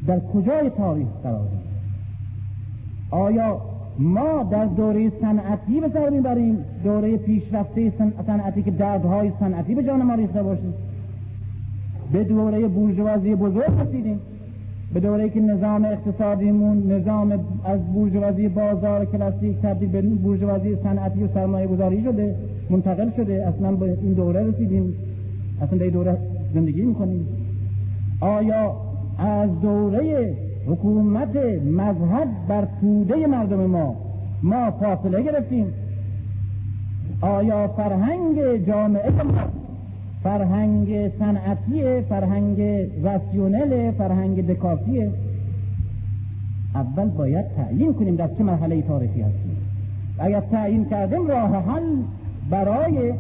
در کجای تاریخ قرار داریم؟ آیا ما در دوره صنعتی به سر میبریم، دوره پیشرفته صنعتی که دردهای صنعتی به جان ما ریخته باشه؟ به دوره بورژوازی بزرگ رسیدیم، به دوره‌ای که نظام اقتصادیمون نظام از بورژوازی بازار کلاسیک تبدیل به بورژوازی صنعتی و سرمایه‌گذاری شده، منتقل شده. اصلا به این دوره رسیدیم، اصلا در این دوره زندگی میکنیم. آیا از دوره حکومت مذهب بر توده مردم ما فاصله گرفتیم؟ آیا فرهنگ جامعه ما فرهنگ صنعتیه، فرهنگ راسیونله، فرهنگ دکارتیه؟ اول باید تعیین کنیم در چه مرحله تاریخی هستیم. اگر تعیین کردیم راه حل برای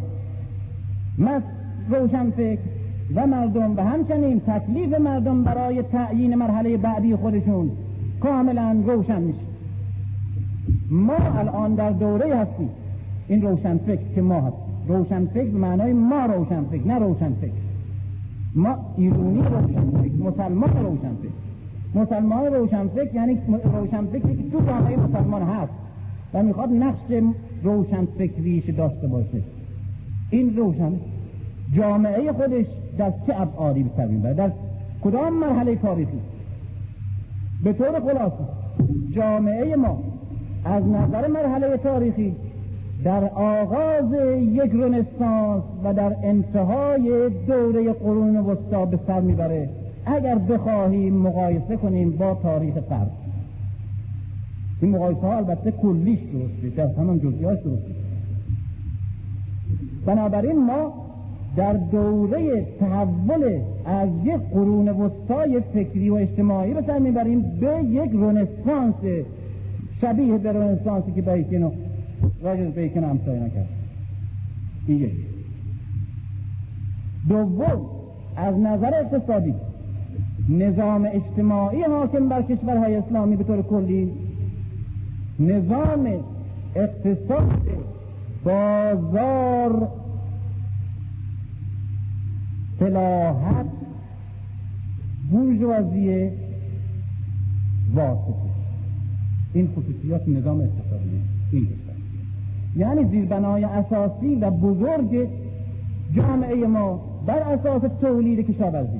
روشنفکر و مردم و همچنین تکلیف مردم برای تعیین مرحله بعدی خودشون کاملا روشن میشه. ما الان در دوره هستیم، این روشنفکر که ما هستیم، روشنفکر به معنای ما روشنفکر، نه روشنفکر ما ایرانی روشنفکر، مسلمان روشنفکر یعنی روشنفکری که تو جامعه مسلمان هست و میخواد نقش روشنفکریش داشته باشه. این روشن جامعه خودش در چه ابعادی به سر میبره، در کدام مرحله تاریخی؟ به طور خلاصه جامعه ما از نظر مرحله تاریخی در آغاز یک رنسانس و در انتهای دوره قرون وسطی به سر میبره، اگر بخواهیم مقایسه کنیم با تاریخ قبل. این مقایسه ها البته کلیش درسته، در همان جزئیاش درسته. بنابراین ما در دوره تحول از یک قرون وسطی فکری و اجتماعی به سر میبریم به یک رنسانس شبیه به رنسانسی که بیکن و راجر بیکن همسایه نکرد. این یک. دوم، از نظر اقتصادی نظام اجتماعی حاکم بر کشورهای اسلامی به طور کلی نظام اقتصاد بازار فلاحت بورژوازی واسطه، این خصوصیات نظام اقتصادی این کشور، یعنی زیربنای اساسی و بزرگ جامعه ما بر اساس تولید کشاورزی.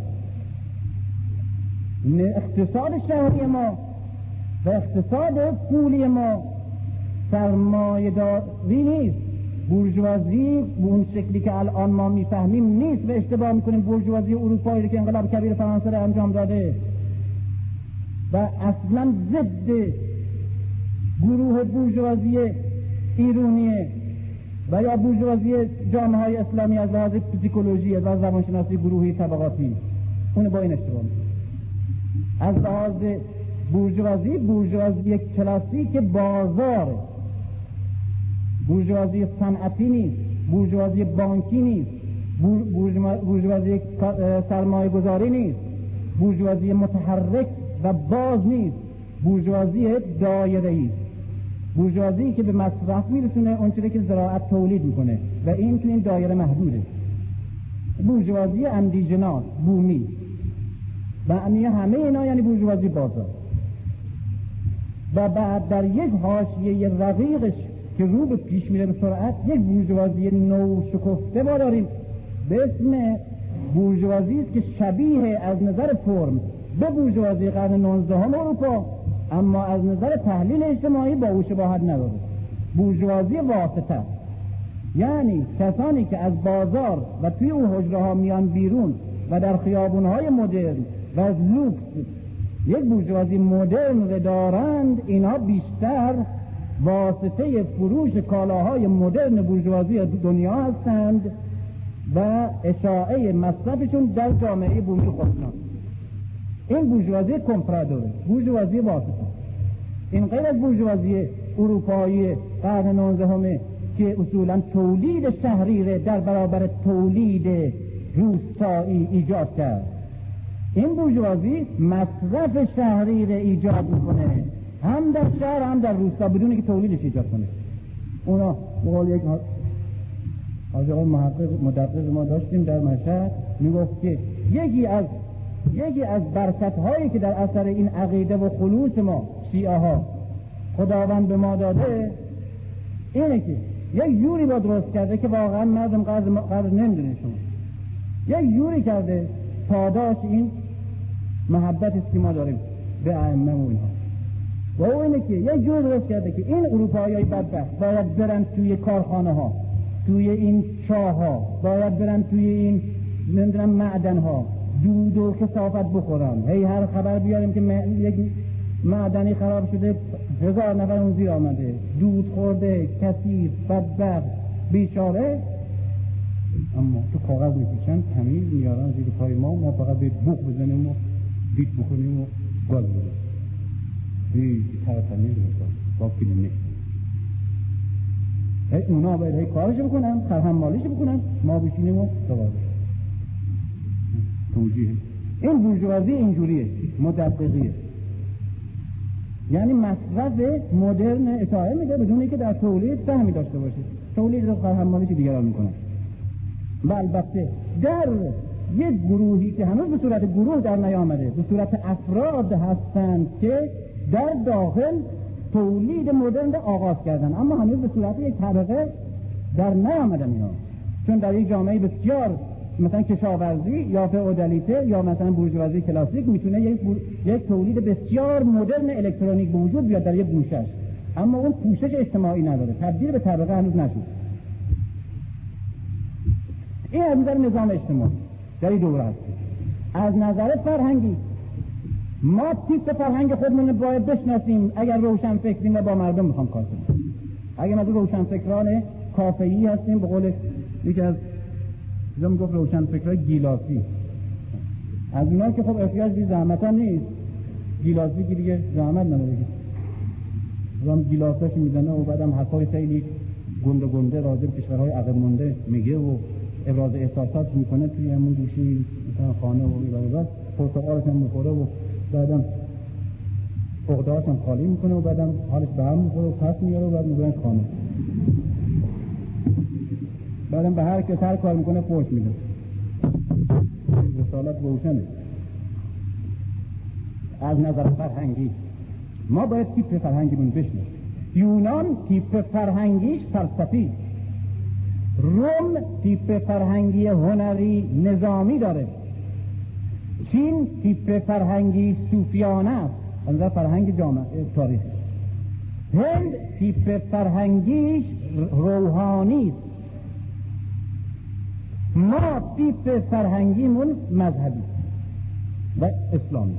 اقتصاد شهری ما و اقتصاد پولی ما سرمایه‌داری نیست، بورژوازی به اون شکلی که الان ما میفهمیم نیست و اشتباه میکنیم. بورژوازی اروپایی که انقلاب کبیر فرانسه را انجام داده و اصلا ضد گروه بورژوازی ایرانیه و یا بورژوازی جامعه‌های اسلامی از لحاظ فیزیکولوژی و زبانشناسی گروهی طبقاتی، اون با این اشتباه میکنه. از لحاظ بورژوازی کلاسیک بازار، بورژوازی صنعتی نیست، بورژوازی بانکی نیست، بورژوازی سرمایه گذاری نیست، بورژوازی متحرک و باز نیست، بورژوازی دایره‌ای، بورژوازی که به مصرف میرسونه اون چیزی که زراعت تولید میکنه و این تو این دایره محدوده. بورژوازی اندیژنات، بومی، معنی همه اینا یعنی بورژوازی بازار. و بعد در یک حاشیه رقیقش که رو به پیش میره به سرعت، یک بورژوازی نو شکفته ما داریم به اسم بورژوازی است که شبیه از نظر فرم به بورژوازی قرن 19 اروپا، اما از نظر تحلیل اجتماعی با او شباهت نداره. بورژوازی واسطه، یعنی کسانی که از بازار و توی اون حجره ها میان بیرون و در خیابون های مدرن و از لوکس یک بورژوازی مدرن رو دارند، اینها بیشتر واسطه فروش کالاهای مدرن بورژوازی دنیا هستند و اشاعه مصرفشون در جامعه بومی خودشان. این بورژوازی کمپرادوره، بورژوازی واسطه. این غیر از بورژوازی اروپایی قرن 19 که اصولا تولید شهری در برابر تولید روستایی ایجاد کرد. این بورژوازی مصرف شهری را ایجاد میکنه، هم در شهر هم در روستا، بدون که تولیدش ایجاد کنه. اونا بقول یک حاجی محقق مدقق ما داشتیم در مشهد، میگفت که یکی از یکی از برکت‌هایی که در اثر این عقیده و خلوص ما شیعه ها خداوند به ما داده اینه که یک جوری با درست کرده که واقعا مردم قدر نمیدونه شما. یک جوری کرده پاداش این محبت است که ما داریم به ائمه و اینها. و او اینه که یک جور درست کرده که این اروپایی‌های بدبخت باید برن توی کارخانه ها، توی این چاه ها، باید برن توی این نمیدونم معدن ها دود و کثافت بخورن. هی هر خبر بیاریم که یک معدنی خراب شده 1000 نفر اون زیر آمده، دود خورده، کثیف، بدبخت، بیچاره، اما تو کاغذ میکشن تمیز میارن زیر پای ما فقط به بوق بزنیم و بیت بخونیم و گاز بزنیم تمیز میکنم با کلینیک. اونا باید هی کارش بکنن، خرحمالیش بکنن، ما بشینیم و دوباره توجیه. این بورژوازی اینجوریه، مدققیه، یعنی مصرف مدرن اطاعه میده بدون اینکه در تولید فهمی داشته باشه. تولید رو خرحمالیش دیگران میکنن. و البته در یک گروهی که هنوز به صورت گروه در نیامده، به صورت افراد هستند که در داخل تولید مدرن آغاز کردن، اما هنوز به صورت یک طبقه در نیامدن اینا. چون در یک جامعه بسیار مثلا کشاورزی یا فئودالیته یا مثلا بورژوازی کلاسیک میتونه یک تولید بسیار مدرن الکترونیک به وجود بیاد در یک گوشش، اما اون پوشش اجتماعی نداره، تبدیل به طبقه هنوز نشد. این از نظر نظام اجتماعی در این دوره هست. از نظر فرهنگی ما تیپ فرهنگ خودمون باید بشناسیم اگر روشن فکریم و با مردم میخوام کار کنیم. اگر ما روشن فکران کافه‌ای هستیم، به قول یکی از زمان گفت روشن فکرای گیلاسی، از اونا که خب احتیاج به زحمت ها نیست، گیلاسی که دیگه زحمت نداره، زمان گیلاساش میزنه و بعدم حرفای خیلی گنده راجع به کشورهای عقب مونده میگه و ابراز احساسات میکنه توی همون گوشی مثلا خانه و ایوان، پرتقالش هم میخوره و بعدم عقده‌اش هم خالی میکنه و بعدم حالش به هم میخوره و پس میاره و بعد میبرنش خانه. بعدم به هر کس هر کار میکنه فوش میده. رسالت روشنه. از نظر فرهنگی ما باید تیپ فرهنگیمون بشناسیم. یونان تیپ فرهنگیش فلسفی، روم تیپ فرهنگی هنری نظامی داره، چین تیپ فرهنگی صوفیانه است از نظر فرهنگ جامعه تاریخی، هند تیپ فرهنگیش روحانی است. ما تیپ فرهنگیمون مذهبی و اسلامی.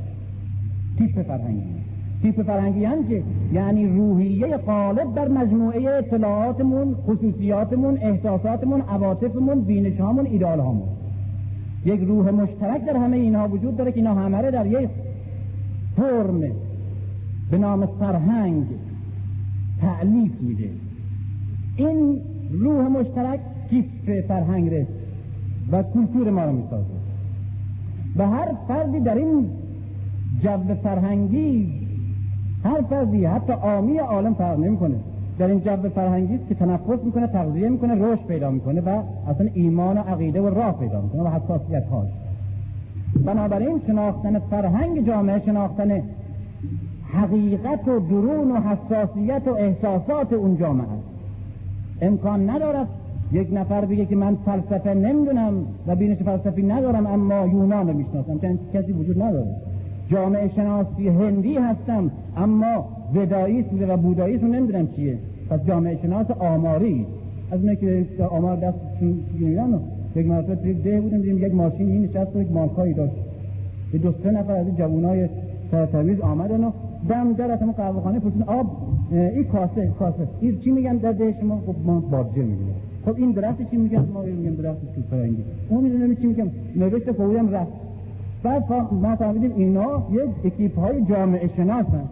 تیپ فرهنگی هنچه؟ یعنی روحیه غالب در مجموعه اطلاعاتمون، خصوصیاتمون، احساساتمون، عواطفمون، بینشهامون، ایدئالهامون. یک روح مشترک در همه اینها وجود داره که اینا همه رو در یک فرم به نام فرهنگ تألیف میده. این روح مشترک تیپ فرهنگ رست و کلتور ما رو میسازه و هر فردی در این جو فرهنگی، هر فردی حتی عامی عالم فرق نمیکنه، در این جو فرهنگی است که تنفس میکنه، تغذیه میکنه، رشد پیدا میکنه و اصلا ایمان و عقیده و راه پیدا میکنه و حساسیت هاش. بنابراین شناختن فرهنگ جامعه، شناختن حقیقت و درون و حساسیت و احساسات اون جامعه است. امکان ندارد یک نفر بگه که من فلسفه نمیدونم و بینش فلسفی ندارم اما یونان رو میشناسم، چون کسی وجود نداره. جامعه شناسی هندی هستم اما وداییسم و بوداییسم نمیدونم چیه، پس جامعه شناس آماری. از اونه که آمار دستشون میگیرن، یک مرتبه توی ده بودیم دیدیم یک ماشین این نشست و یک مارکایی داشت، به 2-3 نفر از جوانای سرتمیز آمدن و دم در اتم قهوه‌خانه پرسیدن آب این کاسه این چی میگن در ده شما؟ خب ما باجه میگیم. خب این درخت چی میگن؟ ما میگیم درخت توپ فرنگی. اون میدونه چی میگم؟ نوشته فوریام رفت. بعد ما فهمیدیم اینا یک اکیپ های جامعه شناسن،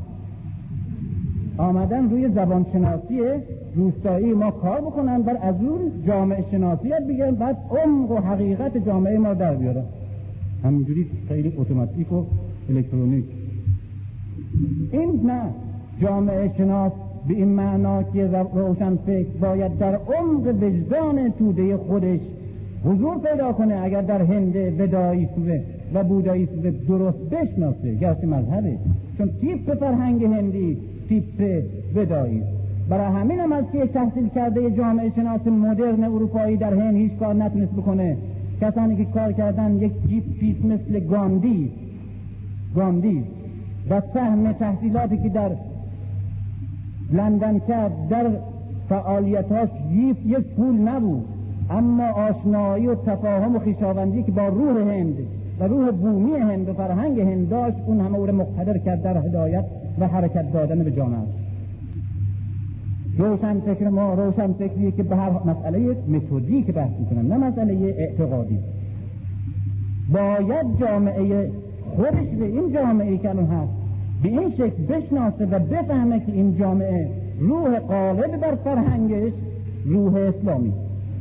آمدن روی زبان شناسی روستایی ما کار بکنن، بر از اون جامعه شناسیت بگن، بعد عمق و حقیقت جامعه ما در بیارن. همینجوری خیلی اتوماتیک و الکترونیک. این نه جامعه شناس به این معنا که روشن فکر باید در عمق وجدان توده خودش حضور پیدا کنه. اگر در هند ودایی سوره و بوداییسم درست بشناسه، گرچه مذهبه، چون تیپ فرهنگ هندی تیپ بدایی. برای همین هم از که تحصیل کرده جامعه شناس مدرن اروپایی در هند هیچ کار نتونست بکنه. کسانی که کار کردن یک جیپ مثل گاندی و سهم تحصیلاتی که در لندن کرد در فعالیتاش یک پول نبود، اما آشنایی و تفاهم و خویشاوندی که با روح هند و روح بومی هند و فرهنگ هند داشت، اون همه او را مقتدر کرد در هدایت و حرکت دادن به جامعه. روشن فکر ما روشن فکریه که به هر مسئله متدیک بحث میکنن، نه مسئله اعتقادی. باید جامعه خودش به این جامعه که الان هست به این شکل بشناسه و بفهمه که این جامعه روح غالب بر فرهنگش روح اسلامی،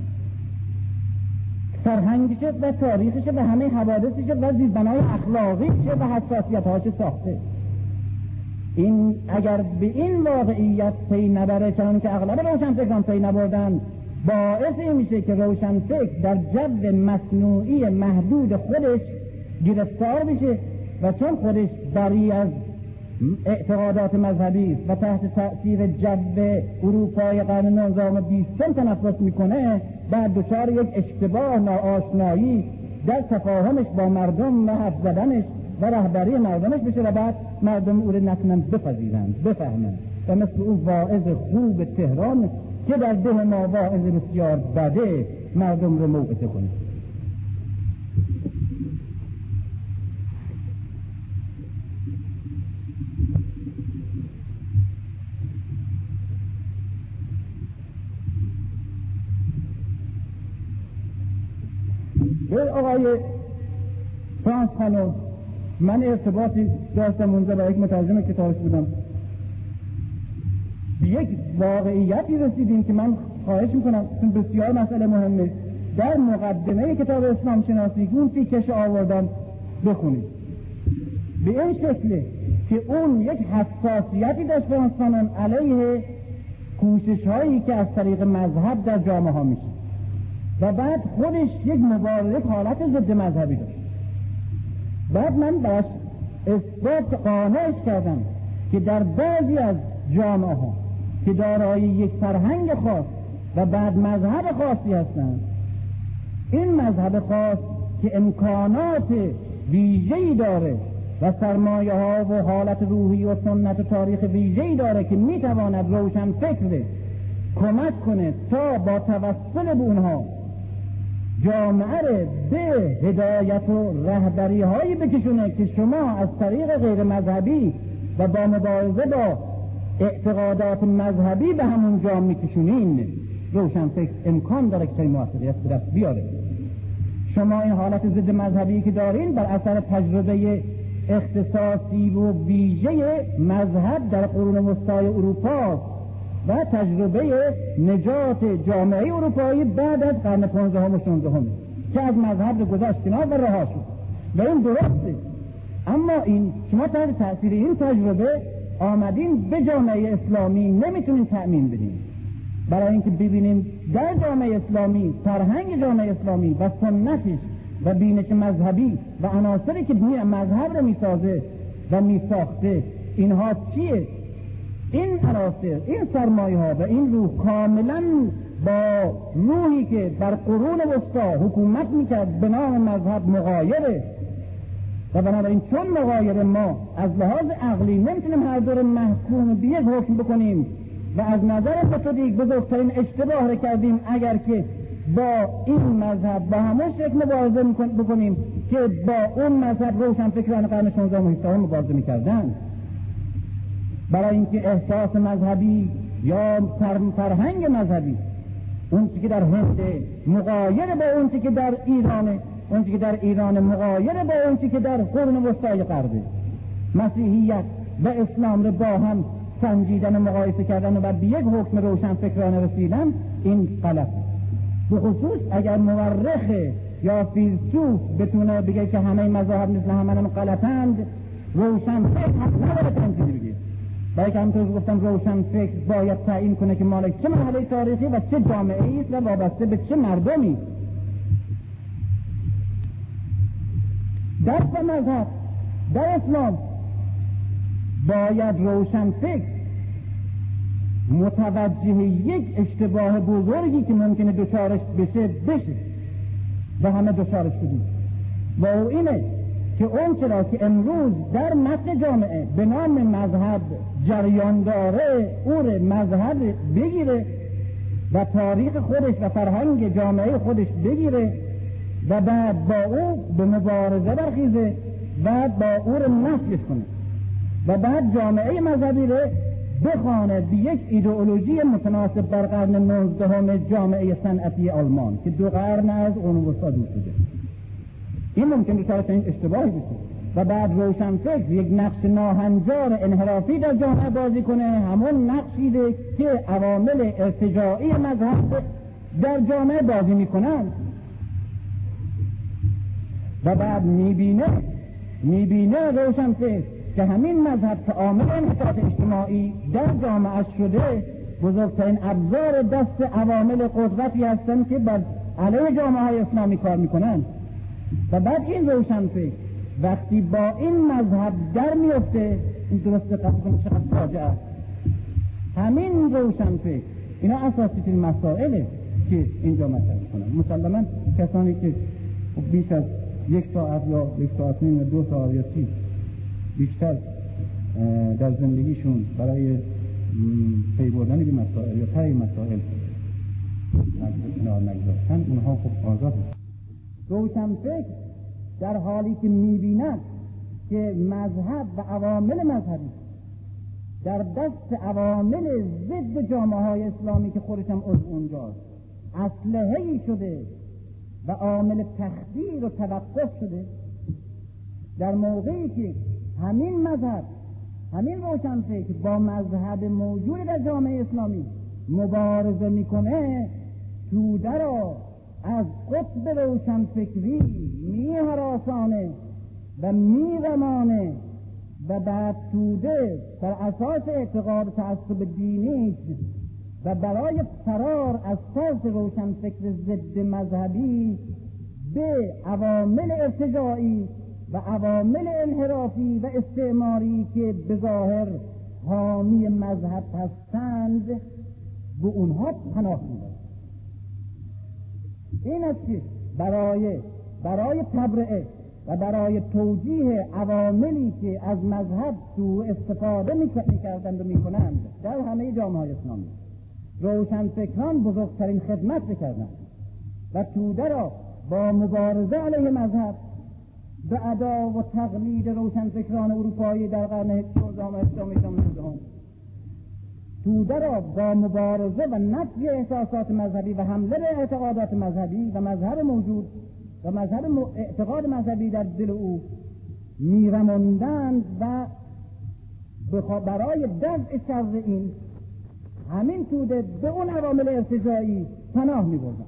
فرهنگش و تاریخش و همه حوادثش و زیربنای اخلاقیش و حساسیت‌هاش ساخته. این اگر به این واقعیت پی نبره، چون که اغلب روشنفکران پی نبردن، باعث این میشه که روشنفکر در جو مصنوعی محدود خودش گرفتار بشه و چون خودش بری از اعتقادات مذهبی و تحت تأثیر جو اروپای قرن 19 و 20 تنفس میکنه، بعد دچار یک اشتباه ناآشنایی در تفاهمش با مردم و حرف زدنش و رهبری مردمش بشه و بعد مردم او رو نتونن بفهمن و مثل اون واعظ خوب تهران که در ده ما واعظ بسیار بده مردم رو موعظه کنه. آقای فرانس فانون، من ارتباطی داشتم اونجا با یک مترجم کتابش بودم، به یک واقعیتی رسیدیم که من خواهش میکنم چون بسیار مسئله مهمه، در مقدمه کتاب اسلام شناسی اون تیکش آوردم بخونید. به این شکله که اون یک حساسیتی داشت فرانس فانون علیه کوشش هایی که از طریق مذهب در جامعه ها میشه و بعد خودش یک مبارزه حالت ضد مذهبی داشت. بعد من باش اثبات قانعش کردم که در بعضی از جامعه ها که دارای یک فرهنگ خاص و بعد مذهب خاصی هستند، این مذهب خاص که امکانات ویژه‌ای داره و سرمایه ها و حالت روحی و سنت و تاریخ ویژه‌ای داره که میتواند روشن فکر کمک کنه تا با توسل به اونها جامعه رو به هدایت و رهبری هایی بکشونه که شما از طریق غیر مذهبی و با مبارزه با اعتقادات مذهبی به همون جا میکشونین. روشن فکر امکان داره که موفقیت به دست بیاره. شما این حالت ضد مذهبی که دارین بر اثر تجربه اختصاصی و ویژه مذهب در قرون وسطای اروپا و تجربه نجات جامعه اروپایی بعد از قرن 15 و 16 که از مذهب رو گذاشت کنار و رها شد و این درسته. اما این شما تحت تأثیر این تجربه آمدین به جامعه اسلامی نمیتونین تأمین بدین، برای اینکه ببینین در جامعه اسلامی فرهنگ جامعه اسلامی و سنتش و بینش مذهبی و عناصری که مذهب رو میسازه و میساخته اینها چیه. این عناصر، این سرمایه ها و این روح کاملا با روحی که بر قرون وسطا حکومت میکرد به نام مذهب مغایره و بنابراین چون مغایره ما از لحاظ عقلی نمیتونیم هر دور محکوم به یک حکم بکنیم و از نظر متدیک بزرگترین اشتباه رو کردیم اگر که با این مذهب با همون شکل مبارزه بکنیم که با اون مذهب روشن فکران قرن 16 و 17 مبارزه میکردن. برای اینکه احساس مذهبی یا فرهنگ مذهبی اون چیزی که در هند مغایر با اون چیزی که در ایرانه، اون چیزی که در ایران مغایر با اون چیزی که در قرون وسطای غربه، مسیحیت و اسلام رو با هم سنجیدن و مقایسه کردن و به یک حکم روشن فکرانه رسیدن، این غلطه. به خصوص اگر مورخ یا فیلسوف بتونه بگه که همه مذاهب مثل همه غلطند، روشن فکر حق نداره تنظیم بگه. برای که همونطور گفتم روشن فکر باید تعیین کنه که مال چه مرحله تاریخی و چه جامعه‌ای است و وابسته به چه مردمی. در مذهب در اسلام باید روشن فکر متوجه یک اشتباه بزرگی که ممکنه دچارش بشه و همه دچارش شدیم و او اینه که اون چرا که امروز در متن جامعه به نام مذهب جریان داره او رو مذهب بگیره و تاریخ خودش و فرهنگ جامعه خودش بگیره و بعد با او به مبارزه برخیزه و با او رو نفیش کنه و بعد جامعه مذهبی رو بخوانه به یک ایدئولوژی متناسب بر قرن 19 جامعه صنعتی آلمان که 2 قرن از قرون وسطی دور شده. این ممکن دچار این اشتباهی بشه و بعد روشنفکر یک نقش ناهنجار انحرافی در جامعه بازی کنه، همون نقشی که عوامل ارتجاعی مذهب در جامعه بازی میکنن و بعد میبینه روشنفکر که همین مذهب که عامل انحطاط اجتماعی در جامعه شده بزرگترین ابزار دست عوامل قدرتی هستند که بر علیه جامعه های اسلامی کار میکنن و بعد این روشنفکر وقتی با این مذهب در میفته این درسته قبول چقدر فاجعه است. همین روشنفکر اینا اساسی ترین مسائله که اینجا مطرح میکنن. مسلما کسانی که بیش از 1 ساعت یا 1 ساعت نیم 2 ساعت یا 3 بیشتر در زندگیشون برای پی بردن به مسائل یا طی مسائل نگذاشتن اونها خب آزاد هست. روشنفکر در حالی که میبیند که مذهب و عوامل مذهبی در دست عوامل ضد جامعه های اسلامی که خودش هم عضو اونجاست اسلحه‌ای شده و عامل تخدیر و توقف شده، در موقعی که همین مذهب همین روشنفکر با مذهب موجود در جامعه اسلامی مبارزه میکنه، توده را از قطب روشنفکری میهراسانه و میرمانه و بعد توده بر اساس اعتقاد و تعصب دینی و برای فرار از طرف روشنفکر ضد مذهبی به عوامل ارتجاعی و عوامل انحرافی و استعماری که به ظاهر حامی مذهب هستند به اونها پناه می‌برند. این است که برای تبرئه و برای توجیه عواملی که از مذهب سوء استفاده می‌کردند و می‌کنند در همه جامعه اسلامی روشنفکران بزرگترین خدمت بکردند و توده را با مبارزه علیه مذهب به ادا و تقلید روشنفکران اروپایی در قرن 19 توده را با مبارزه و نفی احساسات مذهبی و حمله به اعتقادات مذهبی و مذهب موجود و اعتقاد مذهبی در دل او میرماندند و برای دفع شر این همین توده به اون عوامل ارتجاعی پناه می‌بردند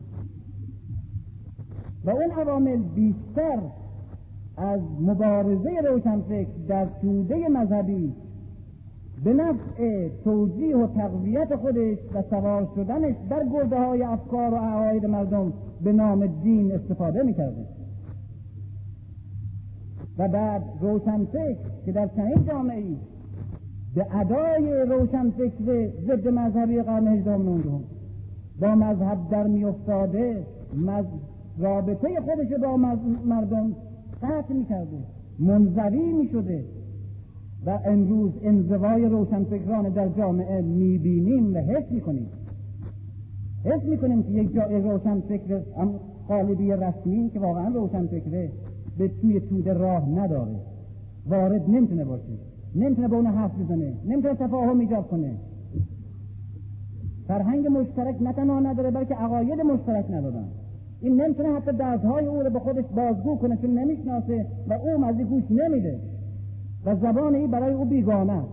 و اون عوامل بیشتر از مبارزه روشنفکر در توده مذهبی به نفع توجیه و تقویت خودش و سوار شدنش در گرده‌های افکار و عقاید مردم به نام دین استفاده می‌کرده و بعد روشنفکر که در چنین جامعه‌ای به ادای روشنفکر ضد مذهبی قرن 18 با مذهب در می‌افتاده رابطه خودش با مردم قطع می‌کرده، منزوی می‌شده و امروز انزوای روشنفکران در جامعه می‌بینیم و حس می‌کنیم که یک جای روشنفکر قالبی رسمی که واقعا روشنفکره به توی توده راه نداره، وارد نمیتونه باشه، نمیتونه با اون حرف بزنه، نمیتونه تفاهم ایجاد کنه، فرهنگ مشترک نه تنها نداره بلکه عقاید مشترک ندارن. این نمیتونه حتی درس‌های او رو به خودش بازگو کنه چون نمیشناسه و او از گوش نمیده و زبان ای برای او بیگانه است.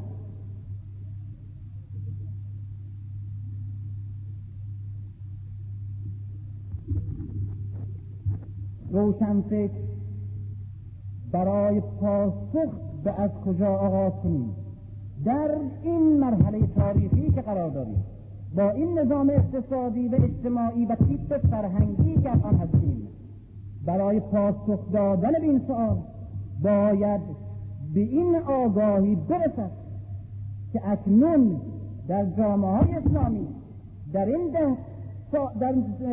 روشنفکر برای پاسخ به از کجا آغاز کنیم در این مرحله تاریخی که قرار داریم با این نظام اقتصادی و اجتماعی و تیپ فرهنگی که الان هستیم برای پاسخ دادن به این سؤال باید به این آگاهی برسد که اکنون در جامعه‌های اسلامی در این در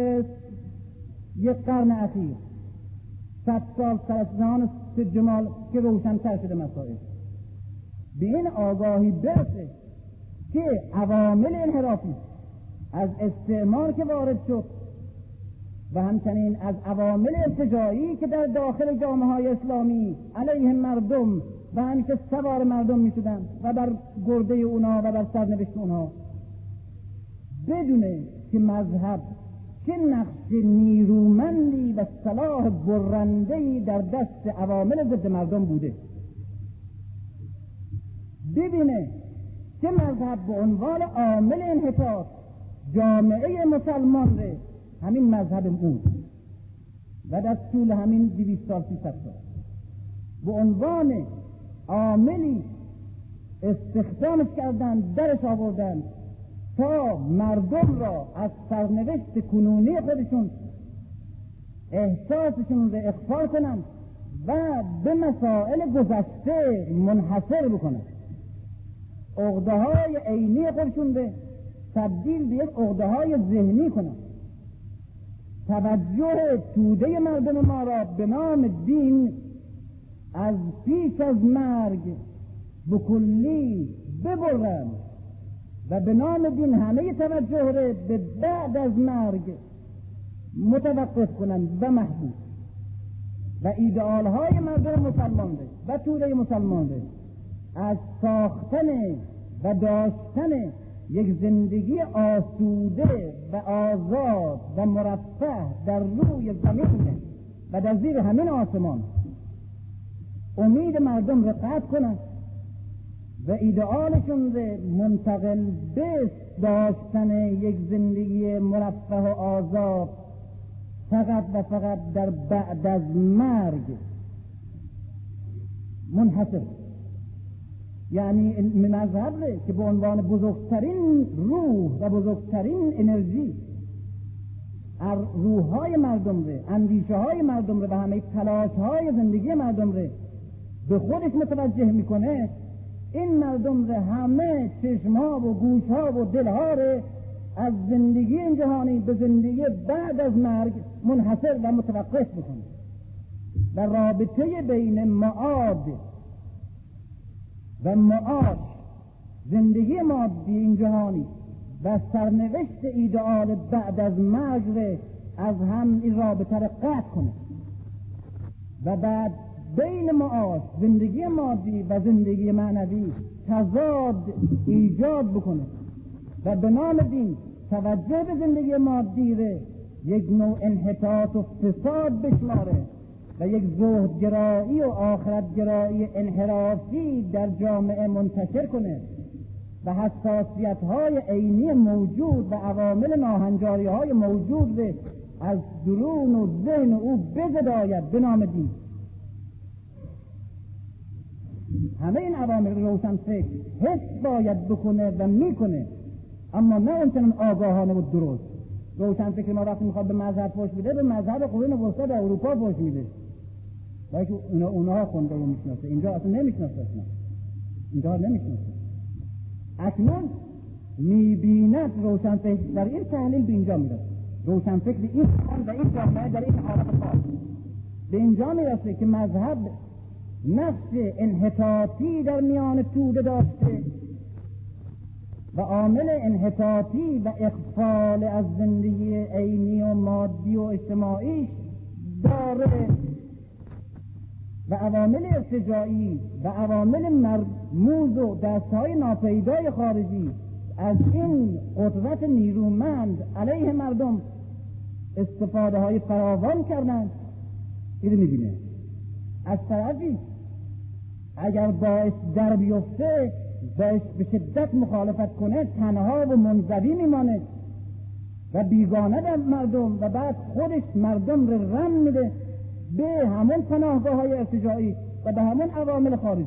یک قرن اخیر 100 سال سر از جهان جمال که روشن‌تر شده مسائل، به این آگاهی برسه که عوامل انحرافی از استعمار که وارد شد و همچنین از عوامل ارتجاعی که در داخل جامعه‌های اسلامی علیه مردم و همیشه سوار مردم می‌شدن و بر گرده اونا و بر سرنوشت اونها، بدونه که مذهب چه نقش نیرومندی و سلاح برنده‌ای در دست عوامل ضد مردم بوده، ببینه که مذهب به عنوان عامل انحطاط جامعه مسلمان ره، همین مذهب بود و در طول همین 200 سال 300 سال به عنوان عاملی استخدامش کردن، درش آوردن تا مردم را از سرنوشت کنونی خودشون احساسشون را اخفا کنن و به مسائل گذشته منحصر بکنن، عقده‌های عینی خودشون به تبدیل به یک عقده‌های ذهنی کنن، توجه توده مردم ما را به نام دین از پیش از مرگ به کلی ببرن و به نام دین همه توجه را به بعد از مرگ متوقف کنن و محبوب و ایدئال های مردم مسلمان و توده مسلمان از ساختن و داشتن یک زندگی آسوده و آزاد و مرفه در روی زمین و در زیر همین آسمان امید مردم را قطع کنند و ایدئالشون را منتقل به داشتن یک زندگی مرفه و آزاد فقط و فقط در بعد از مرگ منحصر، یعنی مذهب که به عنوان بزرگترین روح و بزرگترین انرژی روح‌های مردم ره، اندیشه‌های مردم ره و همه تلاش‌های زندگی مردم ره به خودش متوجه میکنه، این مردم ره همه چشم‌ها و گوش‌ها و دل‌ها ره از زندگی این جهانی به زندگی بعد از مرگ منحصر و متوقف بکنه و رابطه بین معاد و معاش، زندگی مادی این جهانی و سرنوشت ایدئال بعد از مرگ از هم این رابطه را قطع کنه و بعد بین معاش، زندگی مادی و زندگی معنوی تضاد ایجاد بکنه و به نام دین توجه به زندگی مادی را یک نوع انحطاط و فساد بشماره و یک زهدگرایی و آخرتگرایی انحرافی در جامعه منتشر کنه و حساسیت‌های عینی موجود و عوامل ناهنجاری‌های موجود به از درون و ذهن او بزداید به نام دین. همه این عوامل روشن فکر حس باید بکنه و میکنه، اما نه اونچنان آگاهانه و درست. روشن فکر ما وقتی میخواد به مذهب فوش بده، به مذهب قرون وسطا در اروپا فوش میده، باید که اونها خونده و میشناسه، اینجا اصلا نمیشناسه، اینجا نمیشناسه. اکنون میبیند روشن فکر در این تحلیل به اینجا میرسه، روشن فکر این و این جامعه در این حالت خاص به اینجا میرسه که مذهب نقش انحطاطی در میان توده داشته و عامل انحطاطی و اغفال از زندگی عینی و مادی و اجتماعی داره و عوامل ارتجاعی و عوامل مرموز و دستهای ناپیدای خارجی از این قدرت نیرومند علیه مردم استفاده های فراوان کردن. اینو میبینه. از طرفی اگر باعث در بیفته باعث به شدت مخالفت کنه، تنها و منزوی میمانه و بیگانه در مردم و بعد خودش مردم رو رم میده به همون پناهگاه های ارتجاعی و به همون عوامل خارجی.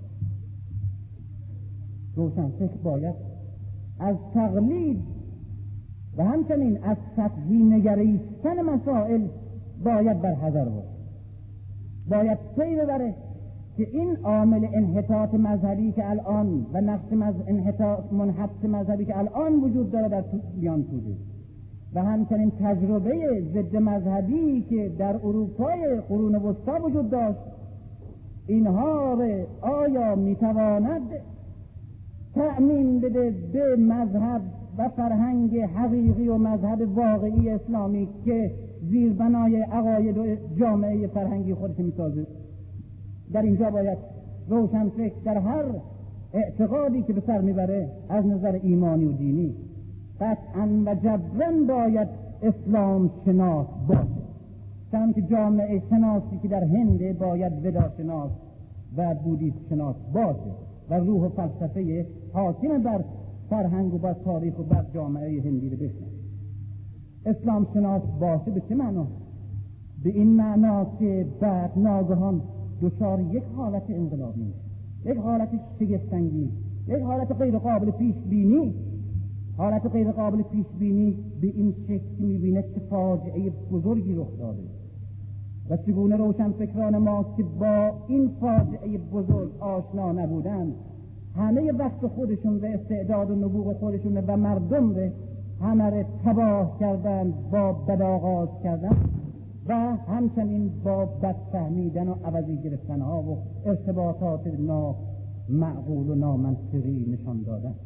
روشن فکر باید از تقلید و همچنین از سطحی نگریستن مسائل باید بر حذر بود، باید پی ببره که این عامل انحطاط مذهبی که الان و نقش انحطاط منحط مذهبی که الان وجود داره در میان توده و همچنین تجربه ضد مذهبی که در اروپای قرون وسطی وجود داشت، اینها آیا میتواند تأمین بده به مذهب و فرهنگ حقیقی و مذهب واقعی اسلامی که زیربنای عقاید و جامعه فرهنگی خودش میسازه؟ در اینجا باید روشنفکر در هر اعتقادی که به سر میبره از نظر ایمانی و دینی قطعاً و جبراً باید اسلام شناس باشه، چون که جامعه شناسی که در هند باید ودا شناس و بودیست شناس باشه و روح و فلسفه حاکم بر فرهنگ و بر تاریخ و بر جامعه هندی رو بشناسه. اسلام شناس باشه به چه معنا؟ به این معنا که بعد ناگهان دچار یک حالت انقلابی میشه، یک حالت شگفت‌انگیز، یک حالت غیر قابل پیش بینی، حالت غیر قابل پیش بینی به این شکل میبینه که فاجعه بزرگی رخ داده و چگونه روشنفکران ما که با این فاجعه بزرگ آشنا نبودند همه وقت خودشون و استعداد و نبوغ خودشون و مردم رو همه رو تباه کردن با بدآغاز کردن و همچنین با بدفهمیدن و عوضی گرفتن ها و ارتباطات نامعقول و نامنطقی نشان دادن.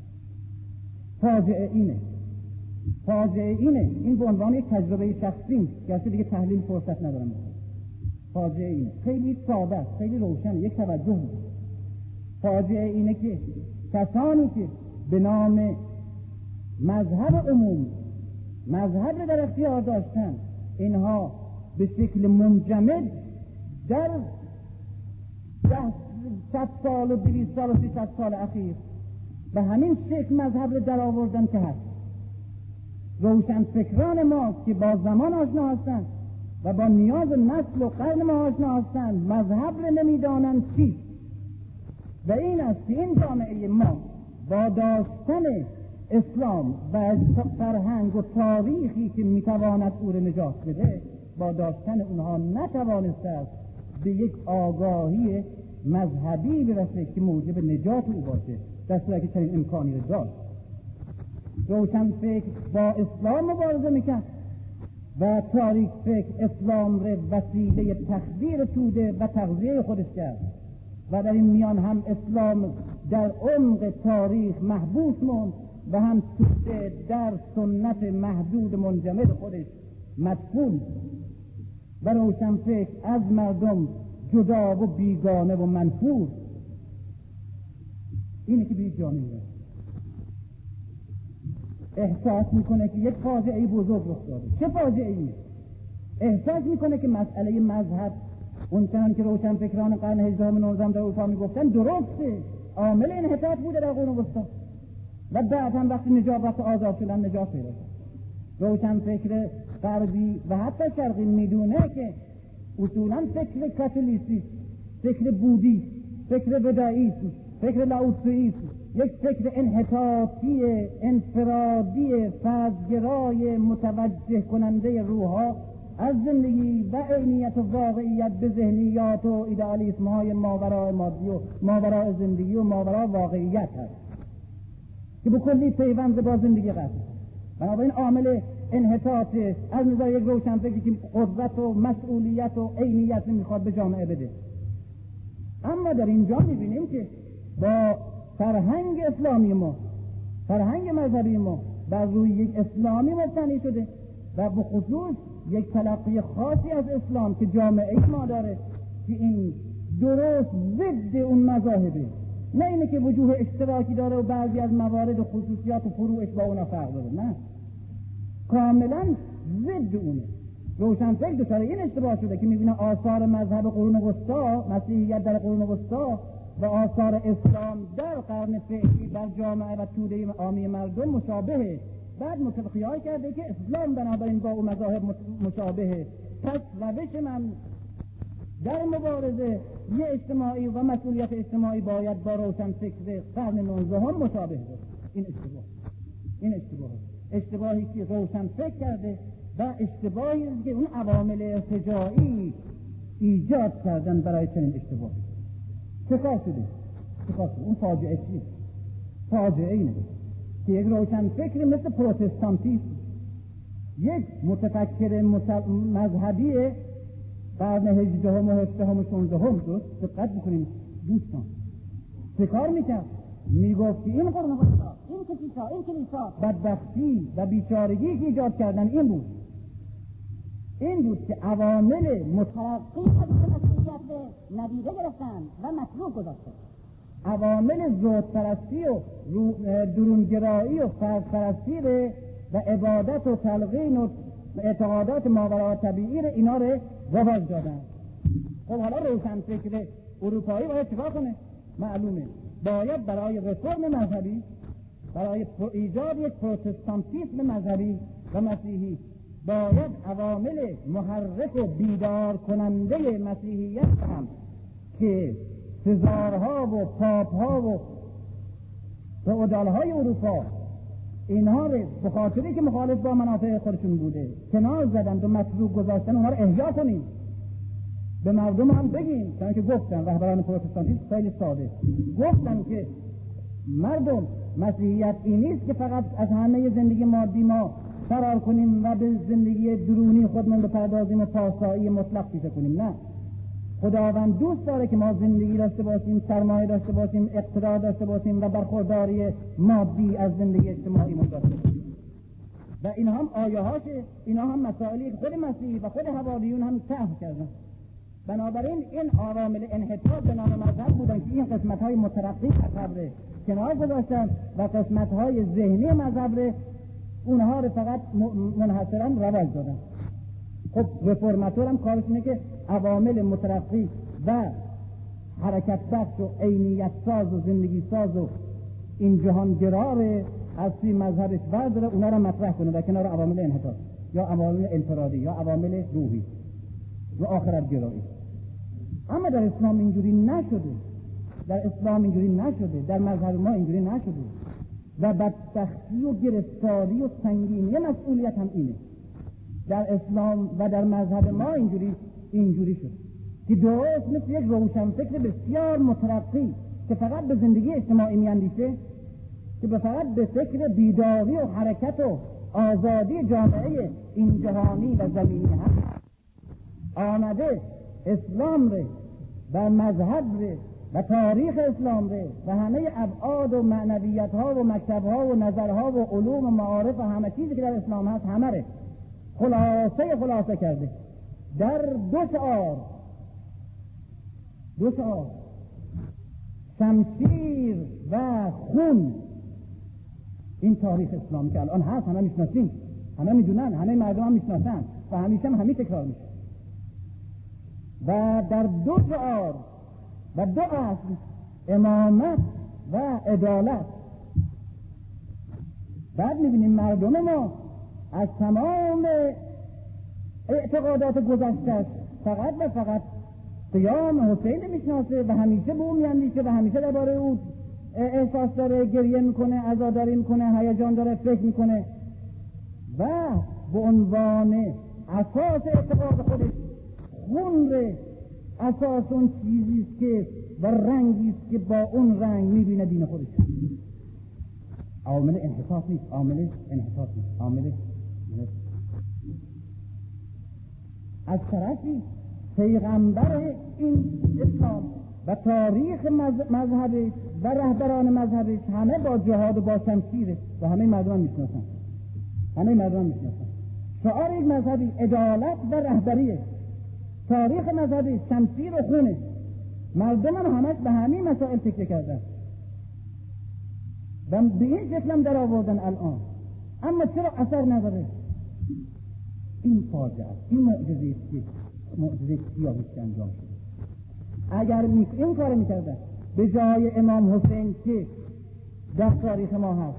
فاجعه اینه. این به عنوان یک تجربه شخصی گرچه دیگه تحلیل فرصت ندارم. فاجعه اینه، خیلی ساده است، خیلی روشن، یک توجه بود. فاجعه اینه که کسانی که به نام مذهب عمومی مذهب رو در اختیار داشتن، اینها به شکل منجمد در 100 سال و 200 سال و 300 سال اخیر به همین شکل مذهب رو در آوردن که هست. روشنفکران ما که با زمان آشنا هستند و با نیاز نسل و قرن ما آشنا هستند مذهب رو نمیدانند چی، و این است که این جامعه ما با داشتن اسلام و فرهنگ و تاریخی که میتواند او رو نجات بده، با داشتن اونها نتوانسته است به یک آگاهی مذهبی برسه که موجب نجات او باشه، در صورتی که چنین امکانی رو داشت. روشنفکر با اسلام مبارزه میکرد و تاریخ فکر اسلام رو وسیله تخدیر توده و تغذیه خودش کرد و در این میان هم اسلام در عمق تاریخ محبوس موند و هم توده در سنت محدود منجمد خودش مدفون و روشنفکر از مردم جدا و بیگانه و منفور. اینه که به جامعه احساس میکنه که یک فاجعه بزرگ رخ داده. چه فاجعه ای؟ احساس میکنه که مسئله مذهب اون چنان که روشنفکران قرن 18 و 19 در اروپا میگفتن درسته، عامل انحطاط بوده در قرون وسطی و بعد هم وقتی نجات آزاد شدن نجات پیدا کرد. روشنفکر غربی و حتی شرقی میدونه که اصولا فکر کاتولیسیسم، فکر بودیسم، فکر بدائیسم، فکر لاوتسویسم یک فکر انحطاطی انفرادی فردگرای متوجه کننده روحها از زندگی و عینیت و واقعیت به ذهنیات و ایدئالیسم های ماوراء مادی و ماوراء زندگی و ماوراء واقعیت هست که به کلی پیوند با زندگی قطع. بنابراین عامل انحطاط از نظر یک روشنفکری که قدرت و مسئولیت و عینیت میخواد به جامعه بده. اما در اینجا میبینیم که با فرهنگ اسلامی ما، فرهنگ مذهبی ما بر روی یک اسلامی مبتنی شده و به خصوص یک تلقی خاصی از اسلام که جامعه ما داره که این درست ضد اون مذاهبه، نه اینه که وجوه اشتراکی داره و بعضی از موارد و خصوصیات و فروعش با اونا فرق داره، نه، کاملا ضد اونه. روشنفکر دچار این اشتباه شده که میبینه آثار مذهب قرون وسطی، مسیحیت در قرون وسطی و آثار اسلام در قرن فعلی در جامعه و توده عامی مردم مشابهه. بعد متفقی‌های کرده که اسلام بنابراین با اون مذاهب مشابهه، پس روش من در مبارزه یه اجتماعی و مسئولیت اجتماعی باید با روشنفکر قرن 19 هم مشابه باشه. این اشتباهی که روشنفکر کرده و اشتباهی است که اون عوامل ارتجاعی ایجاد کردن برای چنین اشتباهی. چه کار شده؟ اون فاجعه چیست؟ فاجعه اینه که یک روشن فکر مثل پروتستانتیسم، یک متفکر مذهبی قرن 18 و 17 و 16 دقت بکنیم دوستان، چه کار میکرد؟ میگفت که این قرون وسطا، این کشیشا، این کلیسا بدبختی و بیچارگی که ایجاد کردن این بود که عوامل مترقی از مسیحیت به ندیده گرفتن و مطلوب گذاشتن. عوامل زهدپرستی و درونگرایی و فردپرستی و عبادت و تلقین و اعتقادات ماوراء طبیعی اینا رو رواج دادن. خب حالا روشن فکر اروپایی باید چیکار کنه؟ معلومه باید برای رفرم مذهبی، برای ایجاد یک پروتستانتیسم مذهبی و مسیحی، باید عوامل محرک و بیدار کننده مسیحیت هم که سزارها و پاپها و فئودالهای اروپا اینها رو به خاطری که مخالف با منافع خودشون بوده کنار زدن و مطلوب گذاشتن، اونها رو احیا کنیم، به مردم هم بگیم. چون که گفتن رهبران پروتستانتیسم خیلی ساده گفتن که مردم مسیحیت این نیست که فقط از همه زندگی مادی ما فرار کنیم و به زندگی درونی خودمون بپردازیم و پاسایی مطلق پیشه کنیم. نه، خداوند دوست داره که ما زندگی داشته باشیم، سرمایه داشته باشیم، اقتدار داشته باشیم و برخورداری مادی از زندگی اجتماعی داشته باشیم. و این هم آیه هاشه، اینا هم مسائلی خود مسیحی و خود حواریون هم طرح کردن. بنابراین این عوامل انحطاط به نام مذهب بودن که این قسمت های مترقی مذهب رو کنار گذاشتن و قسمت های ذهنی مذهب رو اونها رو فقط منحصرا رواج دادن. خب رفرماتور هم کارش اینه که عوامل مترقی و حرکت بخش و عینیت ساز و زندگی ساز و این جهان گرار از توی مذهبش برداره، اونا رو مطرح کنه در کنار عوامل انحطاط یا عوامل انفرادی یا عوامل روحی و آخرت گرایی. اما در اسلام اینجوری نشده، در مذهب ما اینجوری نشده و بدبختی و گرفتاری و سنگینی مسئولیت هم اینه. در اسلام و در مذهب ما اینجوری شد که درست مثل یک روشنفکر بسیار مترقی که فقط به زندگی اجتماعی میاندیشه، که فقط به فکر بیداری و حرکت و آزادی جامعه این جهانی و زمینی هست، آمده اسلام ره و مذهب ره و تاریخ اسلام ره و همه ابعاد و معنویت ها و مکتب ها و نظرها و علوم و معارف و همه چیزی که در اسلام هست همه ره خلاصه کرده در دو شعار شمشیر و خون. این تاریخ اسلام که الان هست همه میشناسیم، همه میدونن، همه مردم هم میشناسن و همیشه هم تکرار میشه و در دو شعار و دو اصل، امامت و عدالت. بعد میبینیم مردم ما از تمام اعتقادات گذشته فقط و فقط قیام حسین میشناسه و همیشه به اون میاندیشه و همیشه درباره او احساس داره، گریه میکنه، عزاداری میکنه، هیجان داره، فکر میکنه و به عنوان اساس اعتقاد خودش خون ره اساس اون چیزیست که و رنگیست که با اون رنگ میبینه دین خودش. عامل انحطاط نیست. از طرفی پیغمبر این اسلام و تاریخ مذهبش و رهبران مذهبش همه با جهاد و با شمشیره و همه مردم میشناسن. شعار یک مذهبی عدالت و رهبریه، تاریخ مذهبی شمشیر و خونه. مردم هم همش به همین مسائل فکر کردن و به این شکل هم در آوردن الان. اما چرا اثر نداره؟ این فاجعه، این معجزه سیاهی که انجام شده. اگر این کار میکردن به جای امام حسین که در تاریخ ما هست،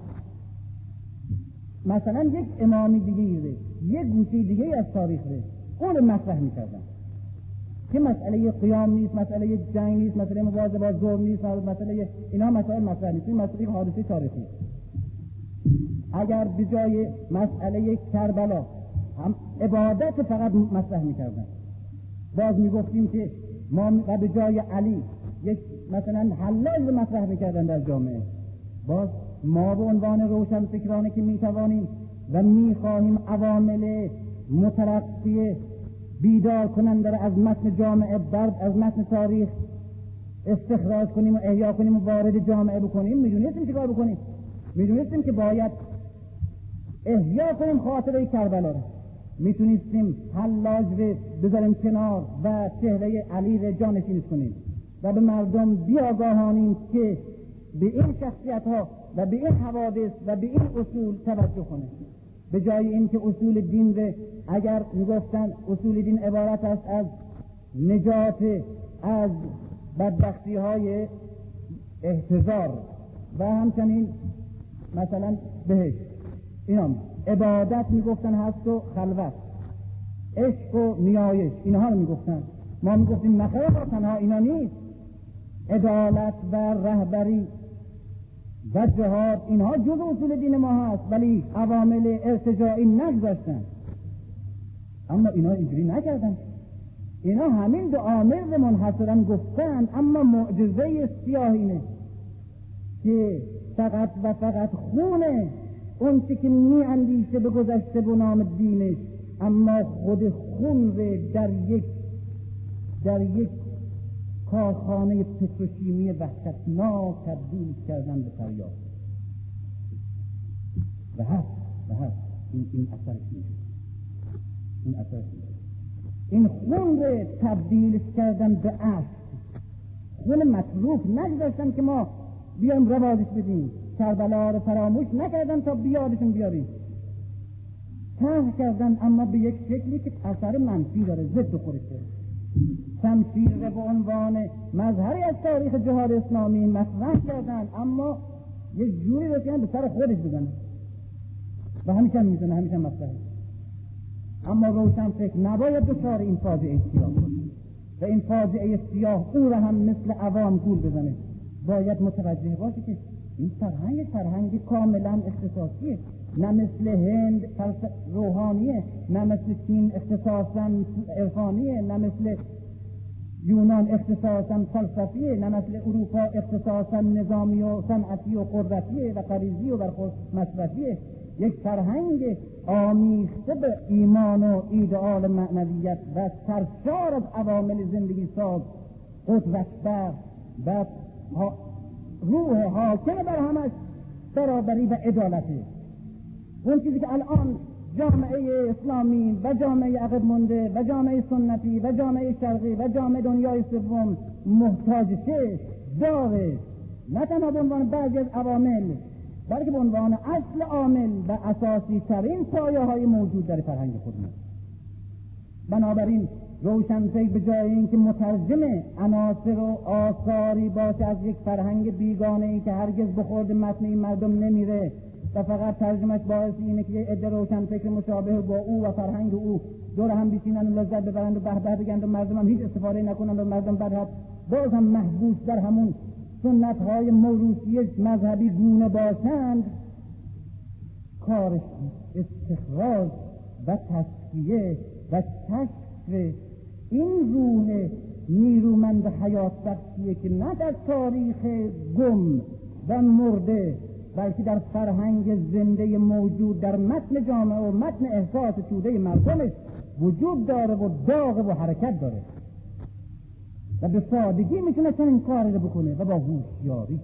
مثلا یک امامی دیگه یک گوشه دیگه از تاریخ اون مطرح میکردن که مسئله قیام نیست، مسئله جنگ نیست، مسئله مبارزه با ظلم نیست، مسئله اینا مسائل مطرح نیست، این مسئله حادثه تاریخی. اگر به جای مسئله کربلا هم عبادت فقط مطرح میکردن. باز میگفتیم که ما و به جای علی یک مثلا حلاج مطرح میکردن در جامعه. باز ما به عنوان روشنفکرانی که میتوانیم و میخواهیم عوامل مترقی بیدار کننده را از متن جامعه از متن تاریخ استخراج کنیم و احیا کنیم و وارد جامعه بکنیم، میدونستیم چه کار بکنیم. میدونستیم که باید احیا کنیم خاطره کربلا را، میتونستیم حلاج رو بذاریم کنار و چهره علی رو جانشین کنیم و به مردم بیاگاهانیم که به این شخصیت ها و به این حوادث و به این اصول توجه کنیم، به جای اینکه اصول دین رو اگر میگفتن اصول دین عبارت است از نجات از بدبختی های احتضار و همچنین مثلا بهشت، اینا عبادت میگفتن هست و خلوت، عشق و نیایش، اینها رو میگفتن. ما میگفتیم نخیر، تنها اینا نیست، عدالت و رهبری و جهاد اینها جز اصول دین ما هست، ولی عوامل ارتجاعی نگذاشتن. اما اینا اینجوری نکردن، اینا همین دو عامل منحصرا گفتن، اما معجزه سیاه اینه که فقط و فقط خونه اون که می اندیشه به گذشته به نام دینش، اما خود خون در یک کارخانه پتروشیمی وحشتناک تبدیل کردن به فریاد. و هست این اثرش میشه. این خون رو تبدیلش کردن به اشک، خون متروک نگذاشتن که ما بیایم روازش بدیم، کربلا رو فراموش نکردن تا بیادشون بیاریم، طرح کردن اما به یک شکلی که اثر منفی داره، ضد خودشه. شمشیر رو به عنوان مظهری از تاریخ جهاد اسلامی مطرح کردن، اما یک جوری رسیدن به سر خودش بزنن و همیشه میزنه، همیشه مطرحه. اما روشن فکر نباید دچار این فاجعه سیاه کنه و این فاجعه سیاه او را هم مثل عوام گول بزنه. باید متوجه باشه که این فرهنگ کاملا اختصاصیه، نه مثل هند روحانیه، نه مثل چین اختصاصا عرفانیه، نه مثل یونان اختصاصا فلسفیه، نه مثل اروپا اختصاصا نظامی و صنعتی و قدرتیه و غریزی و برخورد مصرفیه. یک فرهنگ آمیخته به ایمان و ایدئال معنویت و سرشار از عوامل زندگی ساز، قدرت و روح حاکم بر همش برابری و عدالته. اون چیزی که الان جامعه اسلامی و جامعه عقب مونده و جامعه سنتی و جامعه شرقی و جامعه دنیای سوم محتاجشه داره، نه تنها به عنوان بعضی از عوامل، بلکه به عنوان اصل عامل و اساسی ترین پایه های موجود در فرهنگ خودمون. بنابراین روشنفکر به جای اینکه مترجم عناصر و آثاری باشه از یک فرهنگ بیگانه ای که هرگز به خورد متن این مردم نمیره و فقط ترجمهش باعث اینه که یه عده روشنفکر مشابه با او و فرهنگ او دور هم بیشینن و لذت ببرند و به به بگند و مردم هم هیچ استفاده نکنند و مردم بعد باز هم محبوس در همون سنت های موروثی مذهبی گونه باشند، کارش استخراج و تصفیه و کشف این روح نیرومند حیات بخشیه که نه در تاریخ گم و مرده، بلکه در فرهنگ زنده موجود در متن جامعه و متن احساس توده مردمش وجود داره و داغ و حرکت داره و به سادگی میتونه چنین کاری رو بکنه و با هوشیاری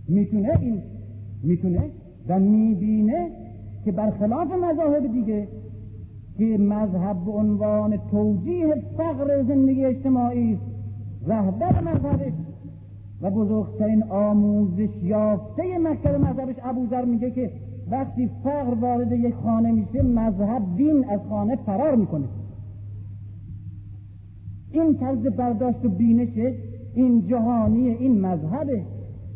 میتونه و میبینه که برخلاف مذاهب دیگه که مذهب به عنوان توجیه فقر زندگی اجتماعی رهبر مذهبش و بزرگترین آموزش یافته مکتب مذهبش ابوذر میگه که وقتی فقر وارد یک خانه میشه مذهب دین از خانه فرار میکنه. این طرز برداشت و بینش این جهانی این مذهبه.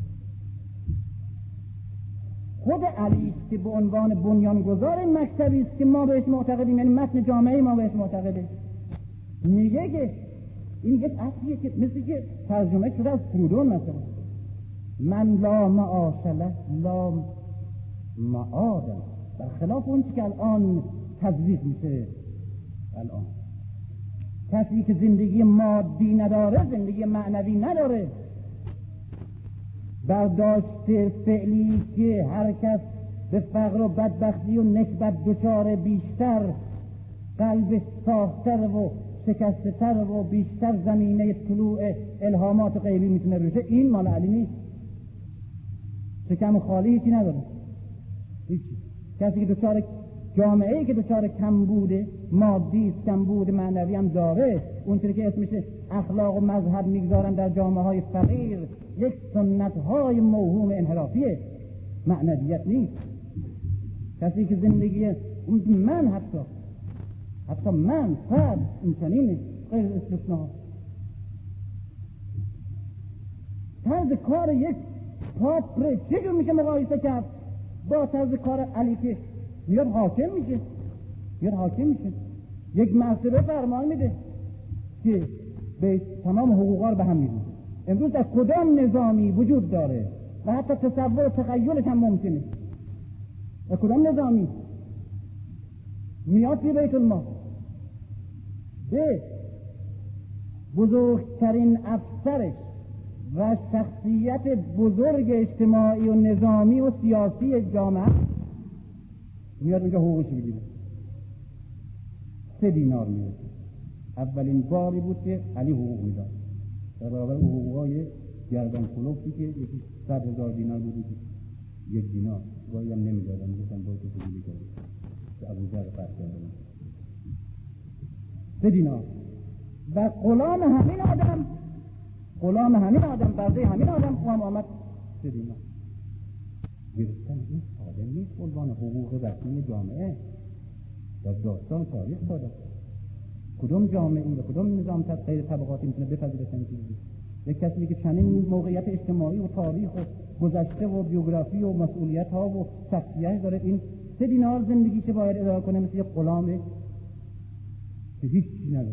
خود علی که به عنوان بنیانگذار مکتبی است که ما بهش معتقدیم، یعنی متن جامعه ما بهش معتقده، میگه که این یک اصلیه که مثل که ترجمه شده از پرودون مثلا من لا معاشله لا معاده، برخلاف اون که الان تضریح میشه الان کسی که زندگی مادی نداره، زندگی معنوی نداره، برداشت فعلی که هر کس به فقر و بدبختی و نکبت دچار، بیشتر قلبش ساختر و شکست‌تر و بیشتر زمینه طلوع الهامات غیبی میتونه بشه، این مال علی نیست. شکم خالی هیچی نداره، هیچی. کسی که دچار جامعه‌ای که دچار کمبود مادی است، کمبود معنوی هم داره، اونطوری که اسمش اخلاق و مذهب میگذارن در جامعه‌های فقیر، یک سنت‌های موهوم انحرافیه، معنویت نیست. کسی که زندگی من حتی من فرد این چنینه، غیر استثناء. طرز کار یک پاپ چجور میشه مقایسه کرد با طرز کار علی که میاد حاکم میشه، یک مرتبه فرمان میده که به تمام حقوقا رو به هم میده. امروز در کدام نظامی وجود داره و حتی تصور و تخیلش هم ممکنه؟ در کدام نظامی میاد توی بیت المال به بزرگترین افسرش و شخصیت بزرگ اجتماعی و نظامی و سیاسی جامعه میاد اونجا حقوقش بگیره؟ 3 دینار میده. اولین باری بود که علی حقوق میداد در برابر حقوقای گردن کلوفتی که یکی 100,000 دینار بود، 1 دینار گاهی هم نمیدادن، میگفتن باید تو بگیری کرد که ابوذر فرق کردن 3 دینار. و غلام همین آدم برده همین آدم قوام آمد 3 دینار گرفتن. این ساده نیست عنوان حقوق رسمی جامعه در داستان تاریخ داده. کدوم جامعه و کدوم نظام غیر طبقاتی میتونه بپذیره چنین چیزی؟ یک کسی که چنین موقعیت اجتماعی و تاریخ و گذشته و بیوگرافی و مسئولیت ها و شخصیت داره، این 3 دینار زندگی که باید اداره کنه مثل یک غلامه که هیچ چیزی نداره.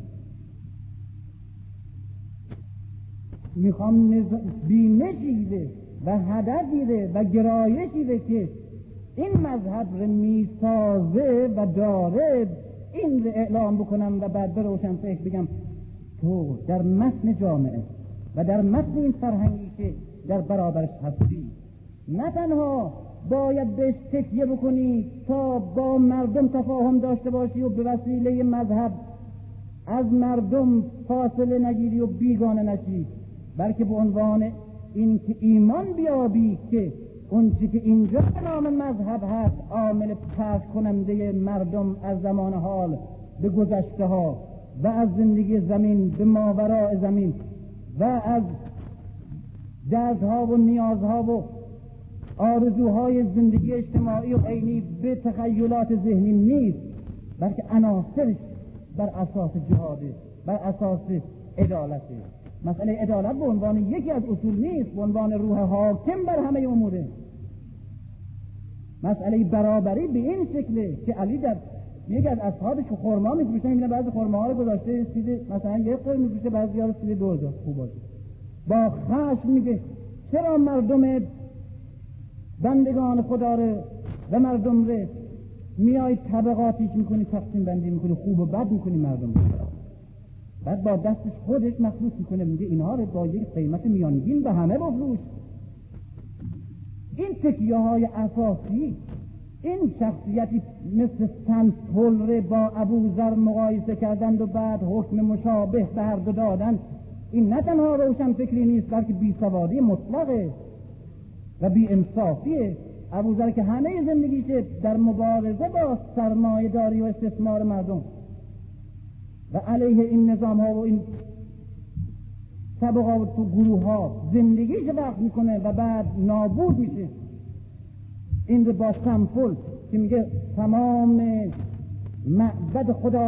میخوام بینشی ده و هدفی ده و گرایشی ده که این مذهب رو میسازه و داره، این رو اعلام بکنم و بعد به روشن فکر بگم تو در متن جامعه و در متن این فرهنگی که در برابرش هستی نه تنها باید بهش تکیه بکنی تا با مردم تفاهم داشته باشی و به وسیله مذهب از مردم فاصله نگیری و بیگانه نشی، بلکه به عنوان این که ایمان بیابی که اون چی که اینجا به نام مذهب هست عامل پخش کننده مردم از زمان حال به گذشته ها و از زندگی زمین به ماوراء زمین و از دردها و نیازها و آرزوهای زندگی اجتماعی و عینی به تخیلات ذهنی نیست، بلکه عناصرش بر اساس جهاده، بر اساس عدالته. مسئله عدالت به عنوان یکی از اصول نیست، به عنوان روح حاکم بر همه اموره. مسئله برابری به این شکله که علی در یکی از اصحابش که خرما می‌فروشه، می‌بینه بعضی خرماها رو گذاشته سید مثلا 1 قرم می‌فروشه، بعضی‌ها رو سید 2000 خوب باشه. با خشم میگه چرا مردم بندگان خدا رو و مردم رو میای طبقاتیش میکنی، تقسیم بندی میکنی، خوب و بد میکنی مردم رو. بعد با دستش خودش مخلوط میکنه، میگه اینها رو با یک قیمت میانگین به همه بفروش. این تکیه های اساسی، این شخصیتی مثل سنت‌پل با ابوذر مقایسه کردند و بعد حکم مشابه به هر دو دادن، این نه تنها روشن فکری نیست بلکه بیسوادی مطلقه و بی انصافیه. ابوذر که همه زندگیشه در مبارزه با سرمایه داری و استثمار مردم و علیه این نظام ها و این طبقات و گروه ها زندگیش وقت میکنه و بعد نابود میشه. این رو با سمپل که میگه تمام معبد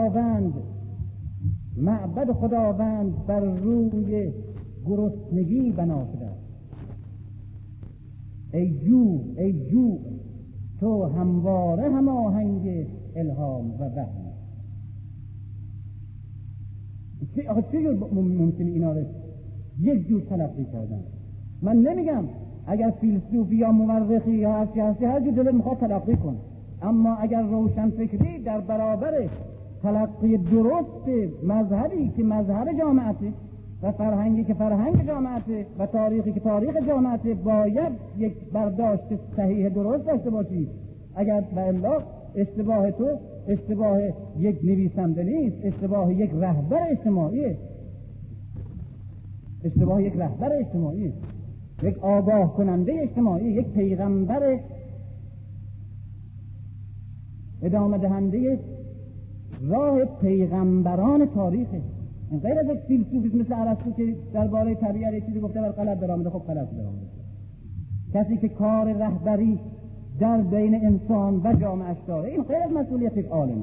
خداوند بر روی گرسنگی بنا شده. ای جو تو همواره هماهنگ الهام و وحی. آخه چجور ممکنه اینا رو یک جور تلقی کردن؟ من نمیگم اگر فیلسوفی یا مورخی یا هر جور دلت میخواد تلقی کن، اما اگر روشن فکری در برابر تلقی درست مذهبی که مذهب جامعته و فرهنگی که فرهنگ جامعته و تاریخی که تاریخ جامعته باید یک برداشت صحیح درست داشته باشید. اگر و الا اشتباه تو اشتباه یک نویسنده نیست، اشتباه یک رهبر اجتماعیه، اشتباه یک رهبر اجتماعی، یک آگاه کننده اجتماعی، یک پیغمبر ادامه دهنده راه پیغمبران تاریخه. این غیر از یک فیلسوفی مثل ارسطو که درباره طبیعت یک چیزی گفته و غلط درآمده. خب غلط درآمده. کسی که کار رهبری در بین انسان و جامعه‌اش داره، این غیر از مسئولیت یک عالمه.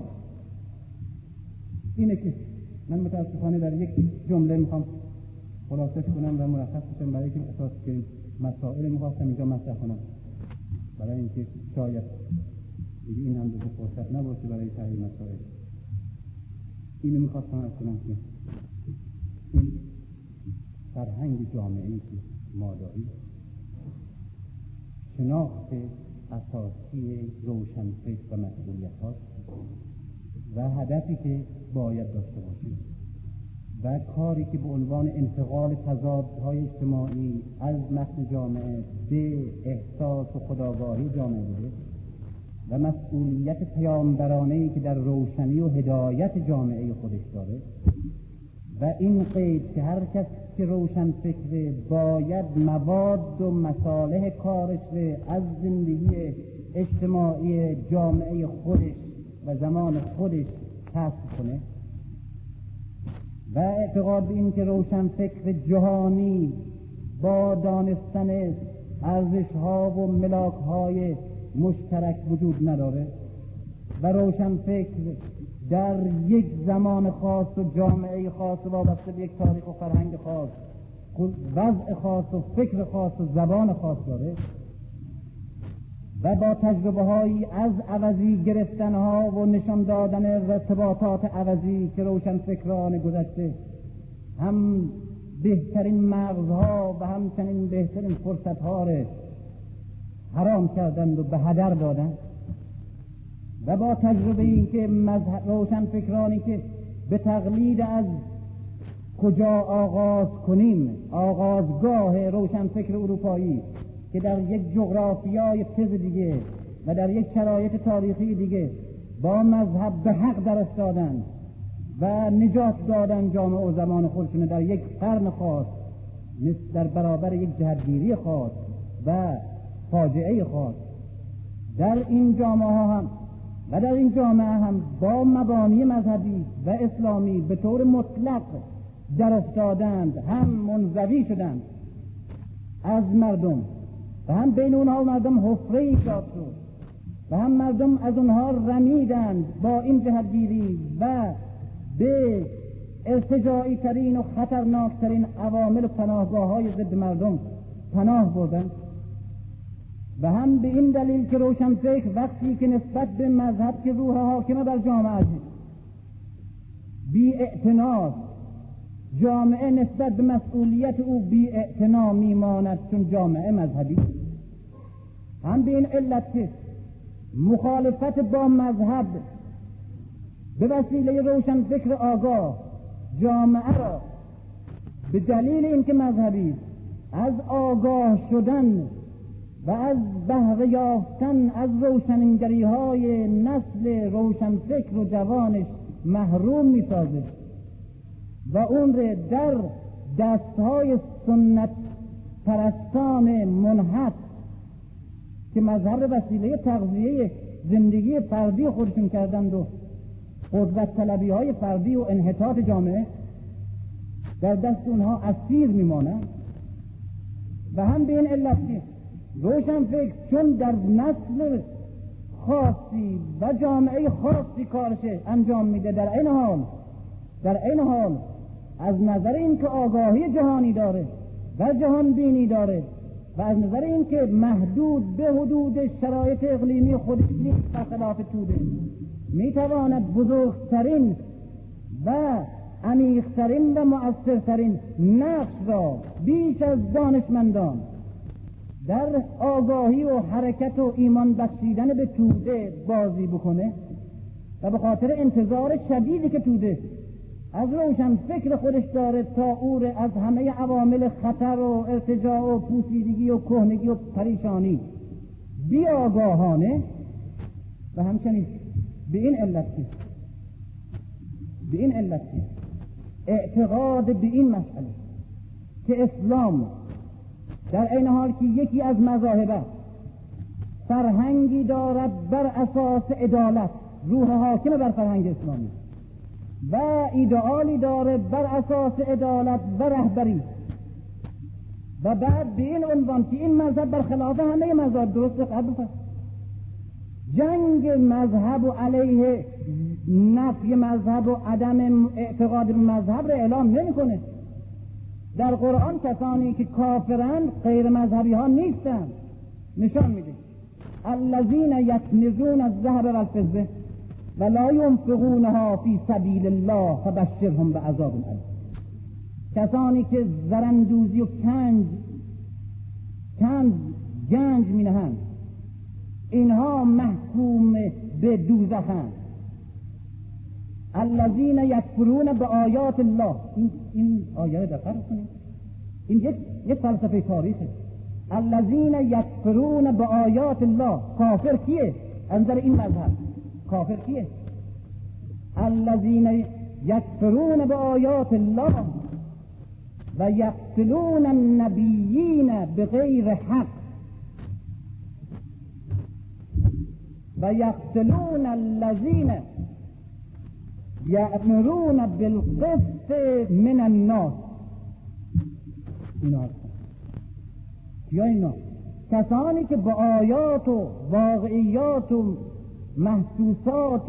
اینه که من متاسفانه در یک جمله میخوام خلاصه کنم و ملخص کنم برای اینکه اساس که مسائل میخواستم اینجا مطرح کنم، برای اینکه شاید این هم دوست فرصت نباشه برای تحلیل مسائل. اینو میخواستم از کنم که این فرهنگ جامعه‌ای که ما داریم شناخت اساسی روشنفکر و مسئولیت هاست و هدفی که باید داشته باشیم و کاری که به عنوان انتقال تضادهای اجتماعی از متن جامعه به احساس و خودآگاهی جامعه بوده و مسئولیت پیامبرانه‌ای که در روشنی و هدایت جامعه خودش داره و این قید که هر کس که روشن فکره باید مواد و مصالح کارش از زندگی اجتماعی جامعه خودش و زمان خودش کسب کنه و اعتقاد به این که روشن فکر جهانی با دانستن ارزش‌ها و ملاک‌های مشترک وجود نداره و روشن فکر در یک زمان خاص و جامعه خاص و وابسته به یک تاریخ و فرهنگ خاص وضع خاص و فکر خاص و زبان خاص داره و با تجربه هایی از عوضی گرفتن ها و نشان دادن ارتباطات عوضی که روشن فکران گذشته هم بهترین مغزها و همچنین بهترین فرصت ها رو حرام کردند و به هدر دادند و با تجربه این که روشن فکرانی که به تقلید از کجا آغاز کنیم، آغازگاه روشن فکر اروپایی که در یک جغرافیای تز دیگه و در یک شرایط تاریخی دیگه با مذهب به حق در افتادن و نجات دادن جامعه و زمان خودشون در یک قرن خاص در برابر یک جهتگیری خاص و فاجعه خاص، در این جامعه هم و در این جامعه هم با مبانی مذهبی و اسلامی به طور مطلق در افتادند، هم منزوی شدند از مردم و هم بین اونها و مردم حفره ایجاد شد و هم مردم از اونها رمیدند با این جهتگیری و به ارتجاعی ترین و خطرناک ترین عوامل و پناهگاه های ضد مردم پناه بردند و هم به این دلیل که روشن فکر وقتی که نسبت به مذهب که روح حاکمه بر جامعه بی اعتناست، جامعه نسبت به مسئولیت او بی اعتنا میماند چون جامعه مذهبی. هم به این علت که مخالفت با مذهب به وسیله روشن فکر آگاه جامعه را به دلیل اینکه مذهبی از آگاه شدن و از بهره یافتن از روشنگری های نسل روشن فکر و جوانش محروم می سازه و اون را در دستهای سنت پرستان منحط که مذهب وسیله تغذیه زندگی فردی خودشون کردند و قدرت طلبی های فردی و انحطاط جامعه در دست اونها اسیر میمانند و هم به این علت روشن فکر چون در نسل خاصی و جامعه خاصی کارش انجام میده، در این حال از نظر این که آگاهی جهانی داره و جهان بینی داره و از نظر این که محدود به حدود شرایط اقلیمی خودش نیست برخلاف توده، میتواند بزرگترین و عمیق‌ترین و مؤثرترین نقش را بیش از دانشمندان در آگاهی و حرکت و ایمان بخشیدن به توده بازی بکنه. و به خاطر انتظار شدیدی که توده از روشن فکر خودش داره تا او از همه عوامل خطر و ارتجاع و پوسیدگی و کهنگی و پریشانی بیاگاهانه و همچنین به این علت اعتقاد به این مسئله که اسلام در این حال که یکی از مذاهب فرهنگی دارد بر اساس عدالت، روح حاکم بر فرهنگ اسلامی، و ایدئالی داره بر اساس عدالت و رهبری، و بعد به این عنوان که این مذهب برخلاف همه مذاهب درست قبل جنگ مذهب و علیه نفی مذهب و عدم اعتقاد به مذهب را اعلام نمیکنه. در قرآن کسانی که کافرند غیر مذهبی ها نیستند، نشان میده الذین یکنزون الذهب والفضه ولا ينفقونها فی سبیل الله فبشرهم بعذاب الیم. کسانی که زرندوزی و گنج می نهند، اینها محکوم به دوزخند. الذین یکفرون بآیات الله، این آیه دقت کنید، این یک فلسفه تاریخه. الذین یکفرون بآیات الله، کافر کیه؟ انظر این مذهب کافر کیه؟ الذین یکفرون بآیات الله و یقتلون النبیین بغیر حق و یقتلون الذین یأمرون بالقسط من الناس. اینا کسانی که با آیات و واقعیات و محسوسات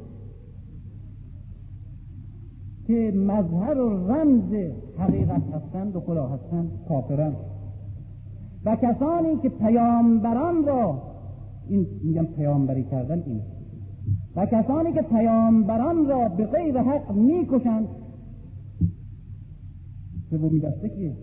که مظهر و رمز حقیقت هستند و خدا هستند کافرند. و کسانی که پیامبران را، این میگم پیامبری کردن، این و کسانی که پیامبران را به غیر حق میکشند. سومین دسته کیه؟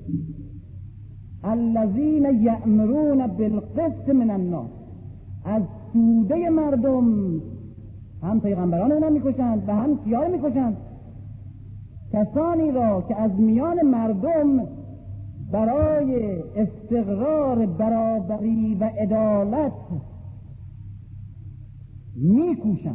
الذین یأمرون بالقسط من الناس، از توده مردم هم پیغمبران اونا میکشند و هم کیا میکشند؟ کسانی را که از میان مردم برای استقرار برابری و عدالت میکوشند.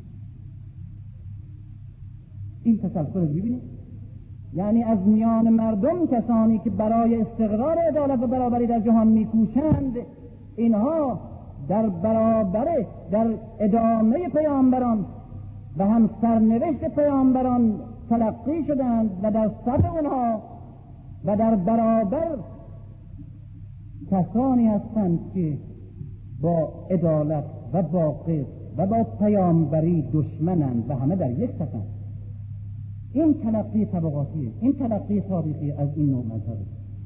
این تسلسل رو ببینید، یعنی از میان مردم کسانی که برای استقرار عدالت و برابری در جهان میکوشند، اینها در برابر، در ادامه پیامبران و هم سرنوشت پیامبران تلقی شدند و در صف اونها و در برابر کسانی هستند که با عدالت و با قسط و با پیامبری دشمنند و همه در یک صفند. این تلقی طبقاتیه، این تلقی تاریخی از این نوع مذهبه.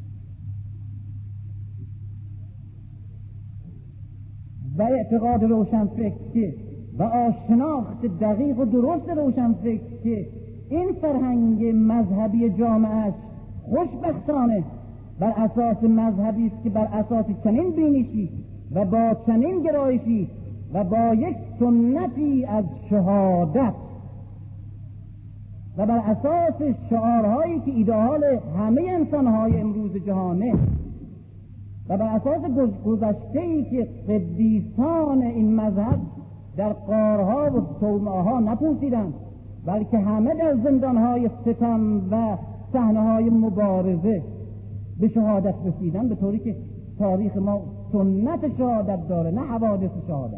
و اعتقاد روشنفکر و شناخت دقیق و درست روشنفکر که این فرهنگ مذهبی جامعهش خوشبختانه بر اساس مذهبی است که بر اساس چنین بینشی و با چنین گرایشی و با یک سنتی از شهادت و بر اساس شعارهایی که ایدئال همه انسانهای امروز جهانه و بر اساس گذشته‌ای که قدیسان این مذهب در غارها و صومعه‌ها نپوسیدند، بلکه همه در زندانهای ستم و صحنه‌های مبارزه به شهادت رسیدند، به طوری که تاریخ ما سنت شهادت داره، نه حوادث شهادت.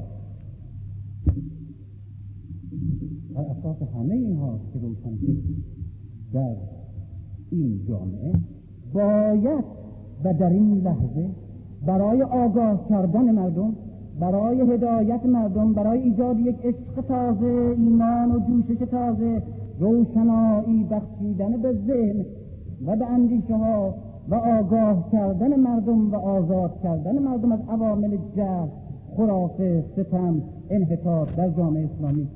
بر اساس همه اینها که روشنفکر در این جامعه باید و در این لحظه برای آگاه کردن مردم، برای هدایت مردم، برای ایجاد یک عشق تازه، ایمان و جوشش تازه، روشنایی بخشیدن به ذهن و به اندیشه ها و آگاه کردن مردم و آزاد کردن مردم از عوامل جهل، خرافه، ستم، انحطاط در جامعه اسلامی.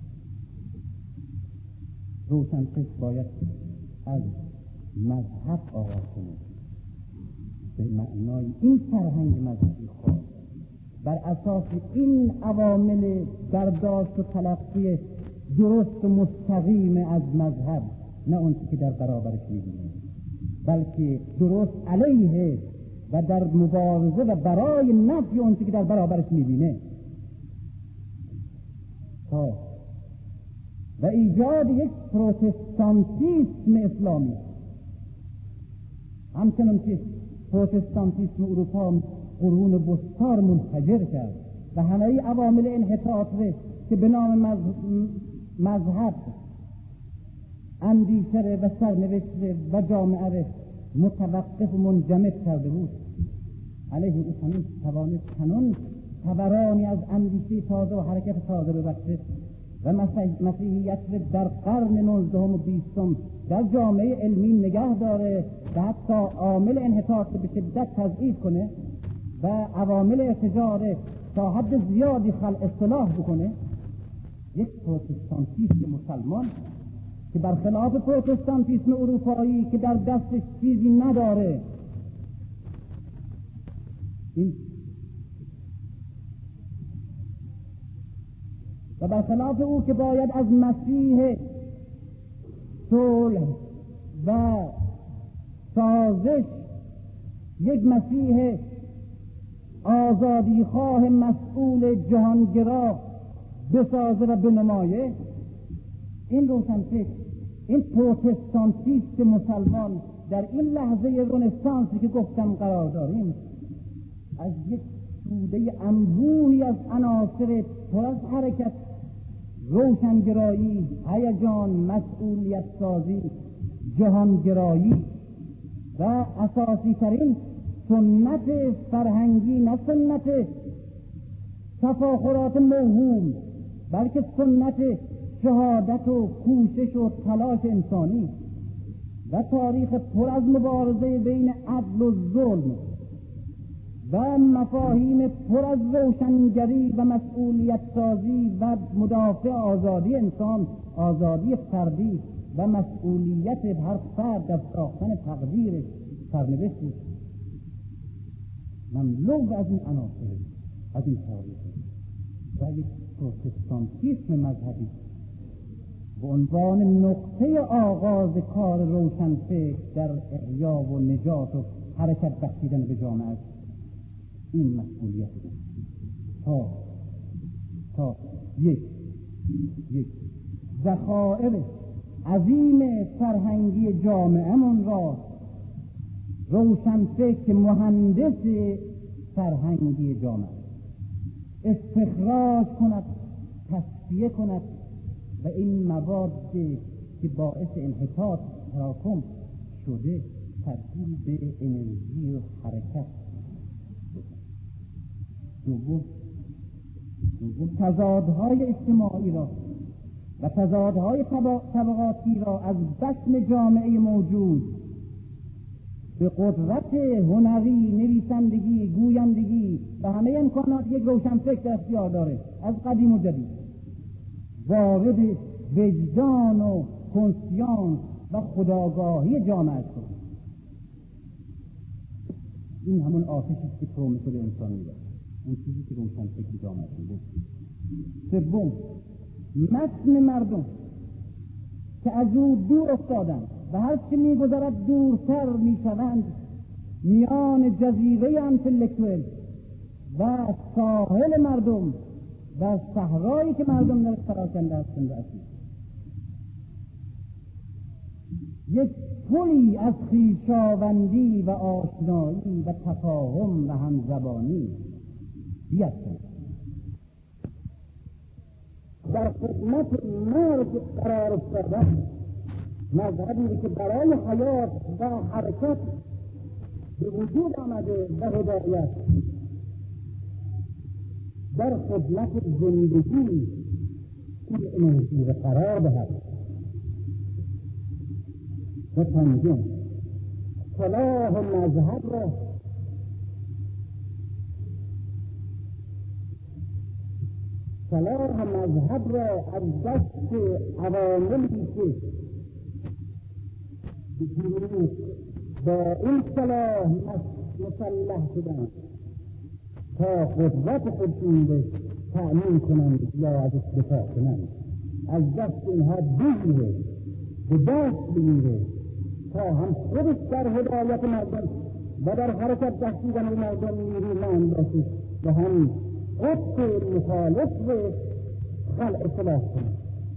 روشنفکر باید از مذهب آغاز کنه، به معنای این فرهنگ مذهبی خواهد بر اساس این عوامل برداشت و تلقی درست و مستقیم از مذهب، نه اون که در برابرش می‌بینه، بلکه درست علیه و در مبارزه و برای نفی اون که در برابرش می‌بینه و ایجاد یک پروتستانتیسم اسلامی. همچنان که پروتستانتیسم اروپا قرون بسیار منفجر کرد و همه عوامل انحطاط که به نام مذهب اندیشه و سرنوشت و جامعه متوقف و منجمد کرده بود، علیه او توانست چنان تبرانی از اندیشه تازه و حرکت تازه ببخشد و مسیحیت در قرن 19 و 20 در جامعه علمی نگه داره و حتی عامل انحطاط به شدت تضعیف کنه و عوامل ارتجاع تا حد زیادی اصلاح بکنه. یک پروتستانتیسم مسلمان که برخلاف پروتستانتیسم اروپایی که در دستش چیزی نداره، این و برخلاف او که باید از مسیح صلح و سازش، یک مسیح آزادی خواه مسئول جهانگرا بسازه و بنمایه، این روشنفکر، این پروتستانتیست مسلمان در این لحظه رنسانسی که گفتم قرار داریم، از یک توده انبوهی از عناصر پر از حرکت، روشنگرایی، هیجان، مسئولیت سازی، جهانگرایی و اساسی ترین سنت فرهنگی، نه سنت تفاخرات موهوم، بلکه سنت شهادت و کوشش و تلاش انسانی و تاریخ پر از مبارزه بین عدل و ظلم و مفاهیم پر از روشنگری و مسئولیت سازی و مدافع آزادی انسان، آزادی فردی و مسئولیت هر فرد در ساختن تقدیر سرنوشتی، مملو از این عناصر، از این تاریخ و یک پروتستانتیسم مذهبی به عنوان نقطه آغاز کار روشنفکر در احیا و نجات و حرکت بخشیدن به جامعه. این مسئولیت تا یک ذخایر عظیم فرهنگی جامعه‌مون را روشنفکر مهندس فرهنگی جامعه استخراج کند، تصفیه کند و این مواد که باعث انحطاط تراکم شده تبدیل به انرژی و حرکت. دوم تضادهای اجتماعی را و تضادهای طبقاتی را از بطن جامعه موجود به قدرت هنری، نویسندگی، گویندگی و همه امکانات یک روشنفکر در اختیار داره از قدیم و جدید وارد وجدان و کنسیانس و خودآگاهی جامعه شد. این همون آتشی که پرومثل انسان می‌دهد، اون چیزی که روشنفکر جامعه شده. سوم متن مردم که از او دور افتادند و هر چی می‌گذرد دورتر می‌شوند، میان جزیره انتلکتوئل و ساحل مردم و صحرایی که مردم در پراکنده هستند یک پلی از خویشاوندی و آشنایی و تفاهم و همزبانی بیستند. در خدمت مرد قرار افتادن، مذهبی که برای حیات و حرکت به وجود آمده و هدایت در خدمت زندگی این انرژی را قرار دهد. و پنجم صلاح مذهب را از دست عواملی که با این صلاح مسلح شدند تا قدرت خودشون به تأمین کنند یا ازش دفاع کنند. از دست اینها بگیره، به دست بگیره تا هم خودش در هدایت مردم و در حرکت دستیدن به مردم نیرومند باشه و هم خود مخالف به خلع اصلاح کنه.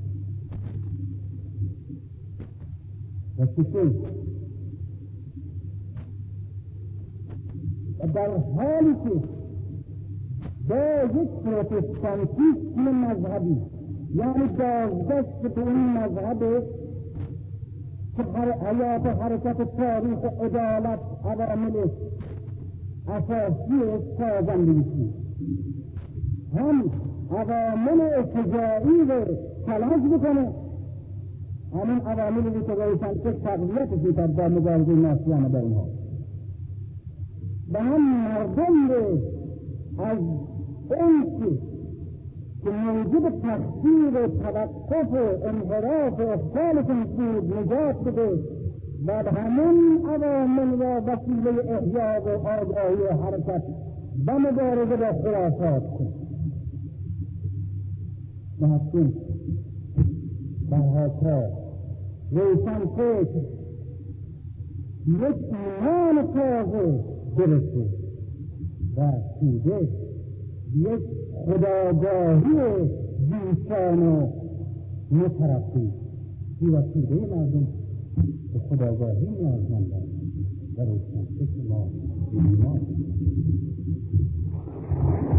و چطور و در حالی که با یک پروتستانتیسم مذهبی، یعنی بازگشت به این مذهب که حیات حرکت تاریخ عدالت عوامل اساسی سازندگی، هم عوامل ارتجاعی رو تلاش بکنه، همین عوامل ارتجاعی که تقویت میکرد با مبارزه ناسیانه با اونها، و هم مردم رو از اون که موجود تخدیر و توقف و انحراف و افعالشون بود نجات بده و همون عوامل را وسیله احیا و آگاهی و حرکت و مبارزه با خرافات کن. محسن برها روشن فکر یک ایمان تازه برسه و توده یک خداگاهی بیشان و مترقی و توده مردم به خداگاهی نیازمندند و روشن فکر ما ایمان